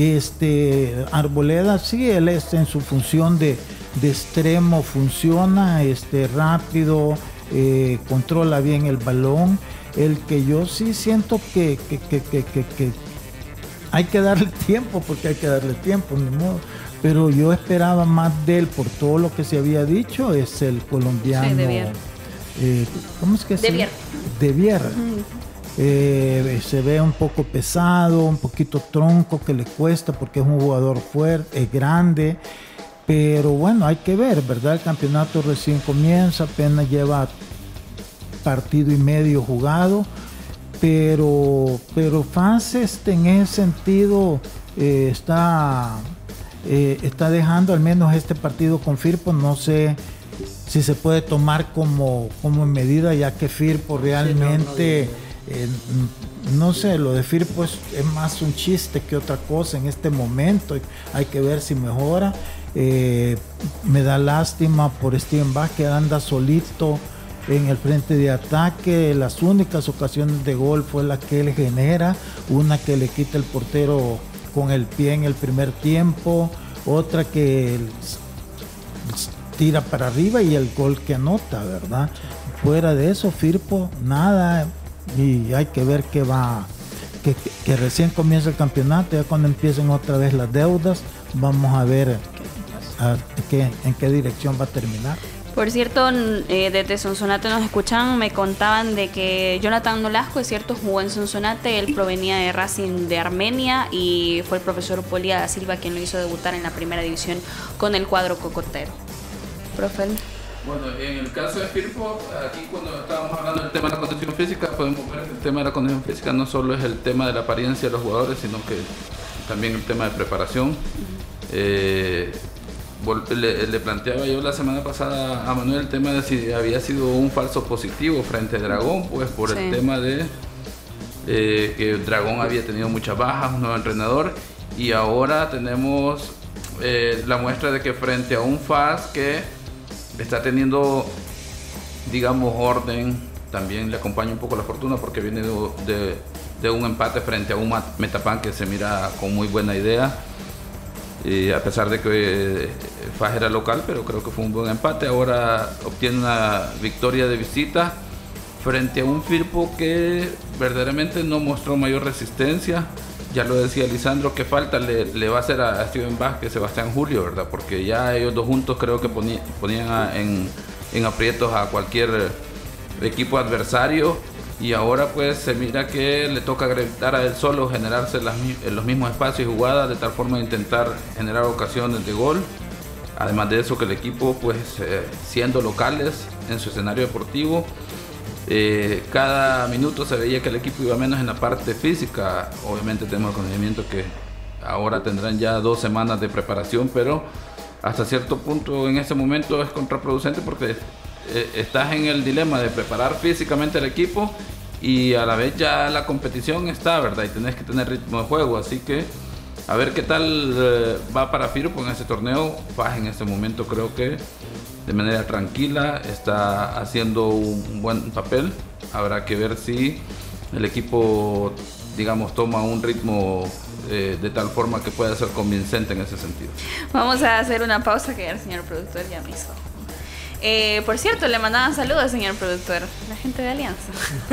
Este, Arboleda, sí, él es en su función de, de extremo, funciona este, rápido, eh, controla bien el balón. El que yo sí siento que, que, que, que, que, que hay que darle tiempo, porque hay que darle tiempo, ni modo. Pero yo esperaba más de él por todo lo que se había dicho, es el colombiano. Sí, de Vier. Eh, ¿Cómo es que se llama? De Vier. Uh-huh. eh, se ve un poco pesado, un poquito tronco, que le cuesta porque es un jugador fuerte, es grande. Pero bueno, hay que ver, ¿verdad? El campeonato recién comienza, apenas lleva partido y medio jugado. Pero, pero F A S este, en ese sentido eh, está, eh, está dejando al menos este partido con Firpo. No sé si se puede tomar como, como medida, ya que Firpo realmente, sí, no, no, eh, no sé, lo de Firpo es, es más un chiste que otra cosa en este momento. Hay que ver si mejora. Eh, me da lástima por Steven Vaz, que anda solito en el frente de ataque. Las únicas ocasiones de gol fue la que él genera, una que le quita el portero con el pie en el primer tiempo, otra que tira para arriba y el gol que anota, ¿verdad? Fuera de eso, Firpo, nada, y hay que ver qué va, que, que recién comienza el campeonato, ya cuando empiecen otra vez las deudas, vamos a ver a qué, en qué dirección va a terminar. Por cierto, eh, desde Sonsonate nos escuchan, me contaban de que Jonathan Nolasco, es cierto, jugó en Sonsonate, él provenía de Racing de Armenia y fue el profesor Polia da Silva quien lo hizo debutar en la primera división con el cuadro cocotero. Profe. Bueno, en el caso de Firpo, aquí cuando estábamos hablando del tema de la condición física, podemos ver que el tema de la condición física no solo es el tema de la apariencia de los jugadores, sino que también el tema de preparación. Uh-huh. eh, Le, le planteaba yo la semana pasada a Manuel el tema de si había sido un falso positivo frente a Dragón, pues por sí, el tema de eh, que Dragón había tenido muchas bajas, un nuevo entrenador, y ahora tenemos eh, la muestra de que frente a un F A S que está teniendo, digamos, orden, también le acompaña un poco la fortuna porque viene de, de, de un empate frente a un Metapan que se mira con muy buena idea. Y a pesar de que eh, F A S era local, pero creo que fue un buen empate. Ahora obtiene una victoria de visita frente a un Firpo que verdaderamente no mostró mayor resistencia. Ya lo decía Lisandro, que falta le, le va a hacer a Steven Vázquez, Sebastián Julio, ¿verdad? Porque ya ellos dos juntos creo que poní, ponían a, en, en aprietos a cualquier equipo adversario, y ahora pues se mira que le toca gritar a él solo, generarse las, los mismos espacios y jugadas, de tal forma de intentar generar ocasiones de gol. Además de eso, que el equipo pues eh, siendo locales en su escenario deportivo, Eh, cada minuto se veía que el equipo iba menos en la parte física. Obviamente tenemos el conocimiento que ahora tendrán ya dos semanas de preparación, pero hasta cierto punto en ese momento es contraproducente, porque eh, estás en el dilema de preparar físicamente el equipo y a la vez ya la competición está, ¿verdad? Y tenés que tener ritmo de juego, así que a ver qué tal eh, va para Firpo en ese torneo. Paz en este momento creo que de manera tranquila está haciendo un buen papel. Habrá que ver si el equipo, digamos, toma un ritmo eh, de tal forma que pueda ser convincente en ese sentido. Vamos a hacer una pausa que el señor productor ya me hizo. Eh, por cierto, le mandaban saludos, señor productor, la gente de Alianza.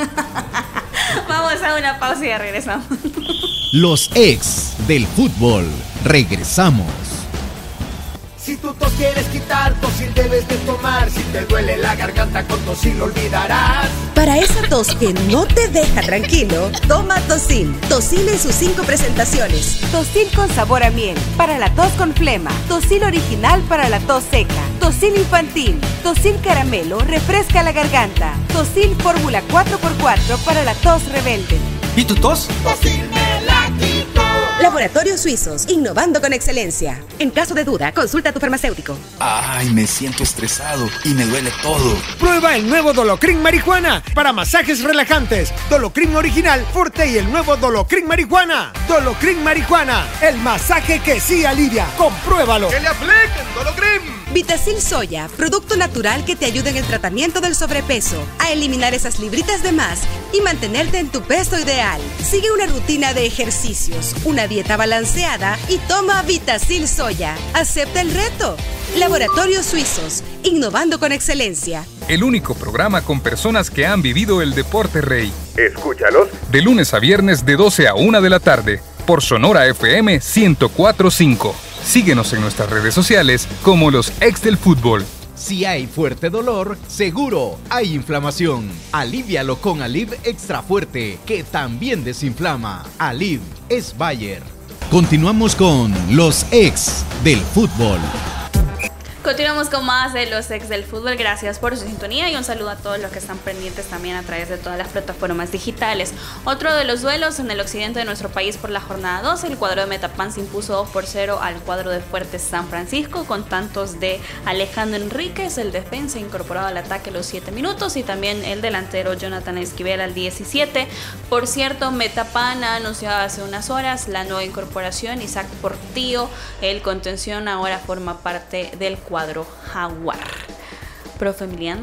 Vamos a una pausa y ya regresamos. Los ex del fútbol. Regresamos. Si tu tos quieres quitar, Tosil debes de tomar. Si te duele la garganta, con Tosil lo olvidarás. Para esa tos que no te deja tranquilo, toma Tosil. Tosil en sus cinco presentaciones. Tosil con sabor a miel, para la tos con flema. Tosil original para la tos seca. Tosil infantil. Tosil caramelo, refresca la garganta. Tosil fórmula cuatro por cuatro para la tos rebelde. ¿Y tu tos? Tosil me la quito. Laboratorios Suizos, innovando con excelencia. En caso de duda, consulta a tu farmacéutico. Ay, me siento estresado y me duele todo. Prueba el nuevo Dolocrin Marihuana para masajes relajantes. Dolocrin original, fuerte, y el nuevo Dolocrin Marihuana. Dolocrin Marihuana, el masaje que sí alivia. Compruébalo. ¡Que le apliquen Dolocrin! Vitacil Soya, producto natural que te ayuda en el tratamiento del sobrepeso, a eliminar esas libritas de más y mantenerte en tu peso ideal. Sigue una rutina de ejercicios, una dieta balanceada y toma Vitacil Soya. Acepta el reto. Laboratorios Suizos, innovando con excelencia. El único programa con personas que han vivido el deporte rey. Escúchalos de lunes a viernes de doce a una de la tarde por Sonora F M ciento cuatro punto cinco. Síguenos en nuestras redes sociales como los ex del fútbol. Si hay fuerte dolor, seguro hay inflamación. Alivíalo con Aleve Extra Fuerte, que también desinflama. Aleve es Bayer. Continuamos con los ex del fútbol. Continuamos con más de los ex del fútbol. Gracias por su sintonía y un saludo a todos los que están pendientes también a través de todas las plataformas digitales. Otro de los duelos en el occidente de nuestro país por la jornada doce, el cuadro de Metapan se impuso dos por cero al cuadro de Fuertes San Francisco, con tantos de Alejandro Enríquez, el defensa incorporado al ataque a los siete minutos, y también el delantero Jonathan Esquivel al diecisiete. Por cierto, Metapan ha anunciado hace unas horas la nueva incorporación, Isaac Portillo, el contención, ahora forma parte del cuadro Jaguar. Profe Emiliano,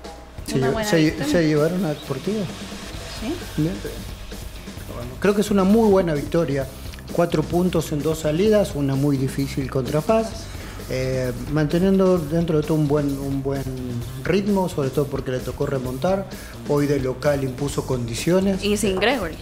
se, se, se llevaron a Portillo. ¿Sí? Bueno, creo que es una muy buena victoria. Cuatro puntos en dos salidas, una muy difícil contra Paz, eh, manteniendo dentro de todo un buen, un buen ritmo, sobre todo porque le tocó remontar. Hoy de local impuso condiciones. Y sin Gregory.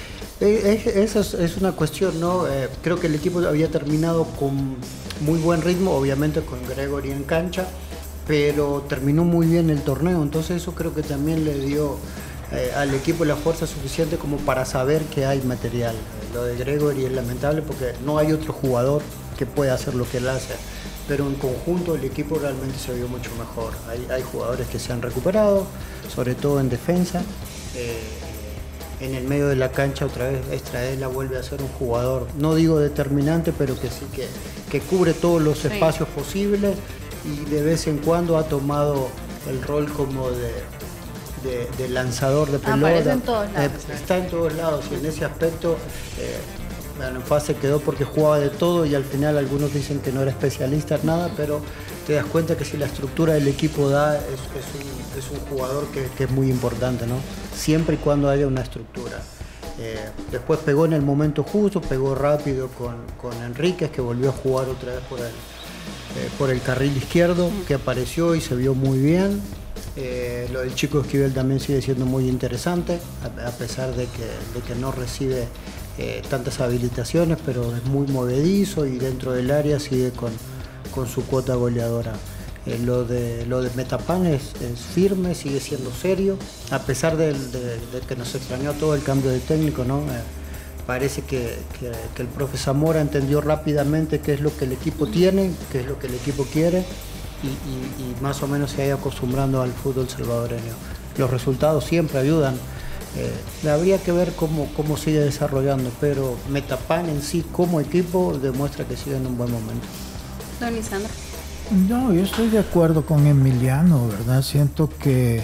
Esa es, es una cuestión, ¿no? Eh, creo que el equipo había terminado con muy buen ritmo, obviamente con Gregory en cancha, pero terminó muy bien el torneo, entonces eso creo que también le dio eh, al equipo la fuerza suficiente como para saber que hay material. Lo de Gregory es lamentable porque no hay otro jugador que pueda hacer lo que él hace, pero en conjunto el equipo realmente se vio mucho mejor. Hay, hay jugadores que se han recuperado, sobre todo en defensa. Eh, En el medio de la cancha otra vez Estraela vuelve a ser un jugador, no digo determinante, pero que sí que, que cubre todos los espacios sí. posibles, y de vez en cuando ha tomado el rol como de, de, de lanzador de pelota. Aparece en todos lados. Eh, está en todos lados, y en ese aspecto eh, bueno, en fase quedó porque jugaba de todo, y al final algunos dicen que no era especialista en nada, pero te das cuenta que si la estructura del equipo da, es, es, un, es un jugador que, que es muy importante, ¿no? Siempre y cuando haya una estructura. Eh, después pegó en el momento justo, pegó rápido con, con Enríquez, que volvió a jugar otra vez por el, eh, por el carril izquierdo, que apareció y se vio muy bien. Eh, lo del Chico Esquivel también sigue siendo muy interesante, a, a pesar de que, de que no recibe eh, tantas habilitaciones, pero es muy movedizo y dentro del área sigue con, con su cuota goleadora. Eh, lo, de, lo de Metapan es, es firme, sigue siendo serio, a pesar de, de, de que nos extrañó todo el cambio de técnico, ¿no? Eh, parece que, que, que el profe Zamora entendió rápidamente qué es lo que el equipo tiene, qué es lo que el equipo quiere y, y, y más o menos se ha ido acostumbrando al fútbol salvadoreño. Los resultados siempre ayudan. Eh, habría que ver cómo, cómo sigue desarrollando, pero Metapan en sí como equipo demuestra que sigue en un buen momento. Don Lisandro. No, yo estoy de acuerdo con Emiliano, ¿verdad? Siento que,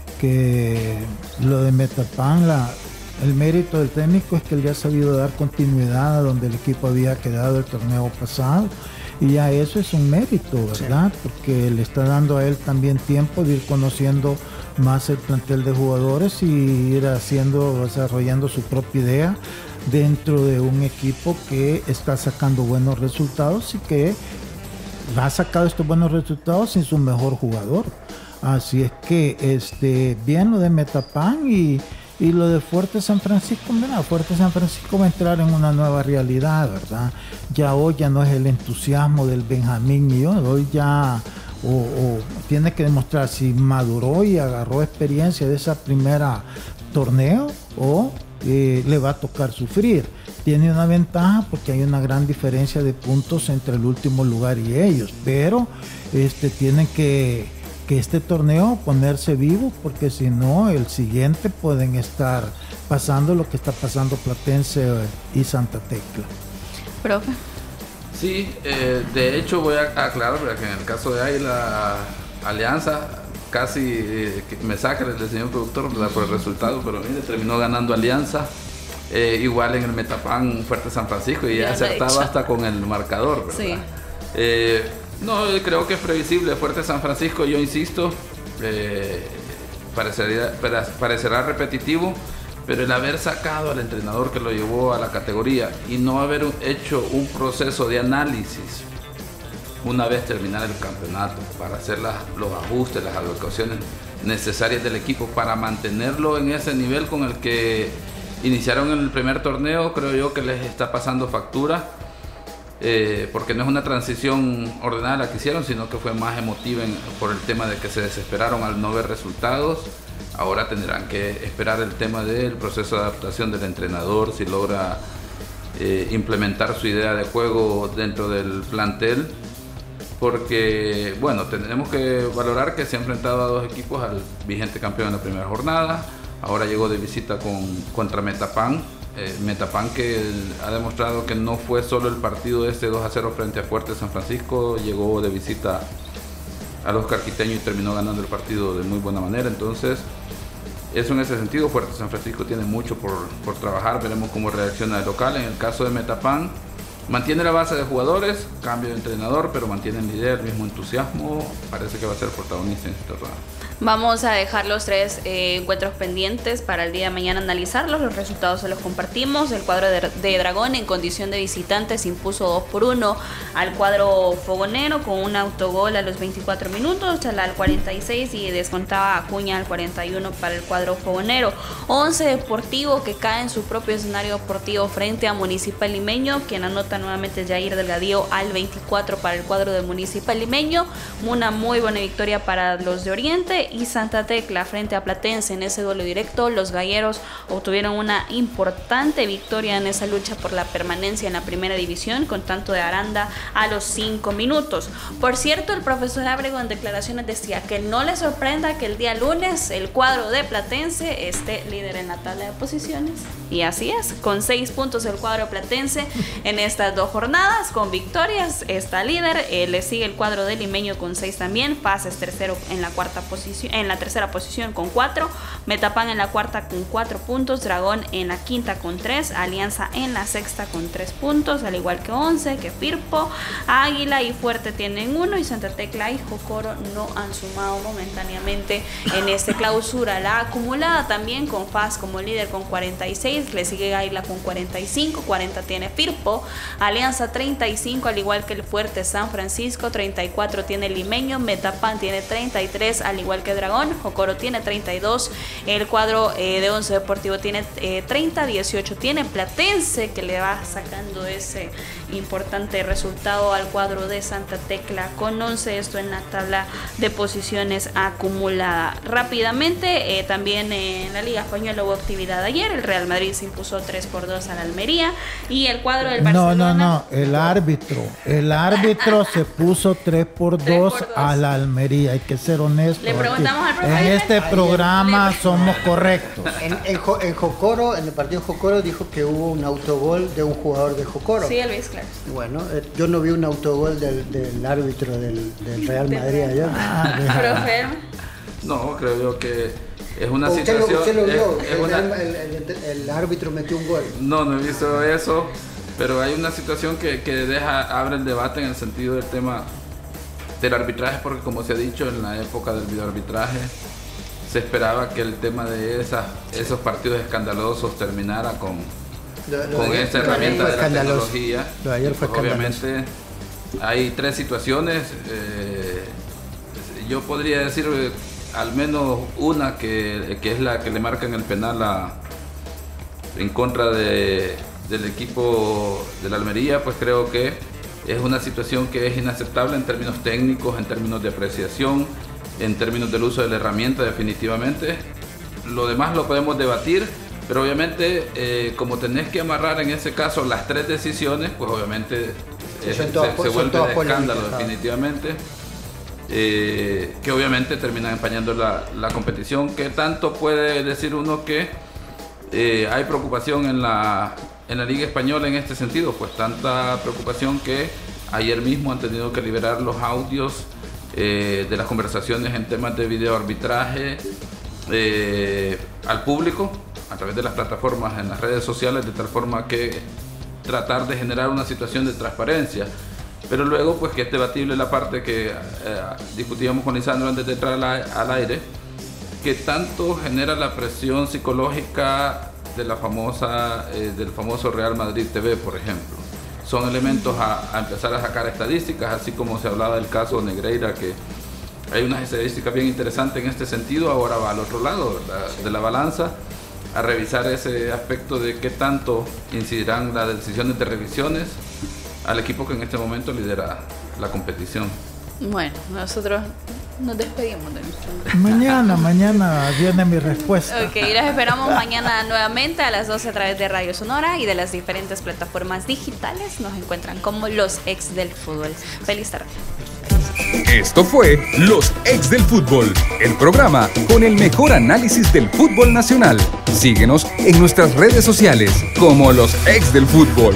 que lo de Metapan, la, el mérito del técnico es que él ya ha sabido dar continuidad a donde el equipo había quedado el torneo pasado, y ya eso es un mérito, ¿verdad? Sí. Porque le está dando a él también tiempo de ir conociendo más el plantel de jugadores y ir haciendo, desarrollando su propia idea dentro de un equipo que está sacando buenos resultados y que ha sacado estos buenos resultados sin su mejor jugador. Así es que este, bien lo de Metapan y, y lo de Fuerte San Francisco. Mira, Fuerte San Francisco va a entrar en una nueva realidad, ¿verdad? Ya hoy ya no es el entusiasmo del Benjamín y yo, hoy ya o, o tiene que demostrar si maduró y agarró experiencia de esa primera torneo o eh, le va a tocar sufrir. Tiene una ventaja porque hay una gran diferencia de puntos entre el último lugar y ellos, pero este, tienen que, que este torneo ponerse vivo, porque si no el siguiente pueden estar pasando lo que está pasando Platense y Santa Tecla. Profe. Sí, eh, de hecho voy a aclarar que en el caso de Águila Alianza casi eh, me saca el señor productor por el resultado, pero mire, terminó ganando Alianza. Eh, igual en el Metapan Fuerte San Francisco y ya acertaba hasta con el marcador, ¿verdad? Sí. Eh, no, creo que es previsible. Fuerte San Francisco, yo insisto, eh, parecería, parecerá repetitivo, pero el haber sacado al entrenador que lo llevó a la categoría y no haber hecho un proceso de análisis una vez terminar el campeonato para hacer las, los ajustes, las adecuaciones necesarias del equipo para mantenerlo en ese nivel con el que iniciaron en el primer torneo, creo yo que les está pasando factura, eh, porque no es una transición ordenada la que hicieron, sino que fue más emotiva en, por el tema de que se desesperaron al no ver resultados. Ahora tendrán que esperar el tema del proceso de adaptación del entrenador, si logra eh, implementar su idea de juego dentro del plantel, porque bueno, tenemos que valorar que se ha enfrentado a dos equipos, al vigente campeón en la primera jornada. Ahora llegó de visita con, contra Metapan, eh, Metapan que ha demostrado que no fue solo el partido este dos a cero frente a Fuerte San Francisco, llegó de visita al Oscar Quiteño y terminó ganando el partido de muy buena manera. Entonces, eso en ese sentido, Fuerte San Francisco tiene mucho por, por trabajar, veremos cómo reacciona el local. En el caso de Metapan, mantiene la base de jugadores, cambio de entrenador, pero mantiene el líder, el mismo entusiasmo, parece que va a ser protagonista en esta rueda. Vamos a dejar los tres eh, encuentros pendientes para el día de mañana analizarlos. Los resultados se los compartimos. El cuadro de, de Dragón en condición de visitante se impuso dos por uno al cuadro fogonero con un autogol a los veinticuatro minutos, Chalá al cuarenta y seis y descontaba Acuña al cuarenta y uno para el cuadro fogonero. Once Deportivo que cae en su propio escenario deportivo frente a Municipal Limeño, quien anota nuevamente Jair Delgadillo al veinticuatro para el cuadro de Municipal Limeño. Una muy buena victoria para los de Oriente. Y Santa Tecla frente a Platense en ese duelo directo. Los galleros obtuvieron una importante victoria en esa lucha por la permanencia en la primera división con tanto de Aranda a los cinco minutos. Por cierto, el profesor Ábrego en declaraciones decía que no le sorprenda que el día lunes el cuadro de Platense esté líder en la tabla de posiciones. Y así es, con seis puntos el cuadro platense en estas dos jornadas, con victorias está líder. Eh, le sigue el cuadro de Limeño con seis también. Paz es tercero en la cuarta posición, en la tercera posición con cuatro. Metapan en la cuarta con cuatro puntos. Dragón en la quinta con tres. Alianza en la sexta con tres puntos, al igual que Once, que Firpo, Águila y Fuerte tienen uno. Y Santa Tecla y Jocoro no han sumado momentáneamente en esta clausura. La acumulada también con Paz como líder con cuarenta y seis. Le sigue Águila con cuarenta y cinco, cuarenta tiene Firpo, Alianza treinta y cinco, al igual que el Fuerte San Francisco, treinta y cuatro tiene Limeño, Metapan tiene treinta y tres, al igual igual que Dragón. Jocoro tiene treinta y dos, el cuadro eh, de Once Deportivo tiene eh, treinta, dieciocho tiene Platense, que le va sacando ese importante resultado al cuadro de Santa Tecla con once, esto en la tabla de posiciones acumulada. Rápidamente, eh, también eh, en la Liga Española hubo actividad ayer, el Real Madrid se impuso tres por dos al Almería y el cuadro del Barcelona... No, no, no, el árbitro, el árbitro se puso tres por dos al Almería, hay que ser honesto. Le preguntamos al En este ayer, programa ayer, somos correctos. En, en, en Jocoro, en el partido Jocoro dijo que hubo un autogol de un jugador de Jocoro. Sí, Luis, claro. Bueno, eh, yo no vi un autogol del, del árbitro del, del Real Madrid ayer. Ah, ¿Profe? No, creo yo que es una ¿Usted situación... Lo, ¿Usted lo vio? Es, es el, una... el, el, el árbitro metió un gol. No, no he visto eso, pero hay una situación que, que deja, abre el debate en el sentido del tema del arbitraje, porque como se ha dicho, en la época del videoarbitraje se esperaba que el tema de esas, esos partidos escandalosos terminara con... Lo, lo con ayer, esta herramienta de la tecnología. Lo de ayer fue pues obviamente hay tres situaciones. Eh, yo podría decir eh, al menos una que, que es la que le marcan el penal a, en contra de, del equipo de la Almería, pues creo que es una situación que es inaceptable en términos técnicos, en términos de apreciación, en términos del uso de la herramienta definitivamente. Lo demás lo podemos debatir. Pero obviamente, eh, como tenés que amarrar en ese caso las tres decisiones, pues obviamente eh, se, se vuelve de escándalo definitivamente, eh, que obviamente terminan empañando la, la competición. ¿Qué tanto puede decir uno que eh, hay preocupación en la, en la Liga Española en este sentido? Pues tanta preocupación que ayer mismo han tenido que liberar los audios eh, de las conversaciones en temas de videoarbitraje eh, al público, a través de las plataformas en las redes sociales, de tal forma que tratar de generar una situación de transparencia. Pero luego, pues que es debatible la parte que eh, discutíamos con Lisandro antes de entrar al, al aire, que tanto genera la presión psicológica de la famosa, eh, del famoso Real Madrid T V, por ejemplo. Son elementos a, a empezar a sacar estadísticas, así como se hablaba del caso Negreira, que hay unas estadísticas bien interesantes en este sentido. Ahora va al otro lado, ¿verdad?, de la balanza, a revisar ese aspecto de qué tanto incidirán las decisiones de revisiones al equipo que en este momento lidera la competición. Bueno, nosotros nos despedimos de nuestro... Mañana, mañana viene mi respuesta. Ok, las esperamos mañana nuevamente a las doce a través de Radio Sonora y de las diferentes plataformas digitales. Nos encuentran como Los Ex del Fútbol. Feliz tarde. Esto fue Los Ex del Fútbol, el programa con el mejor análisis del fútbol nacional. Síguenos en nuestras redes sociales como Los Ex del Fútbol.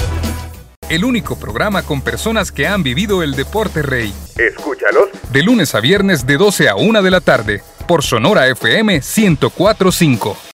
El único programa con personas que han vivido el deporte rey. Escúchalos de lunes a viernes de doce a una de la tarde por Sonora F M ciento cuatro punto cinco.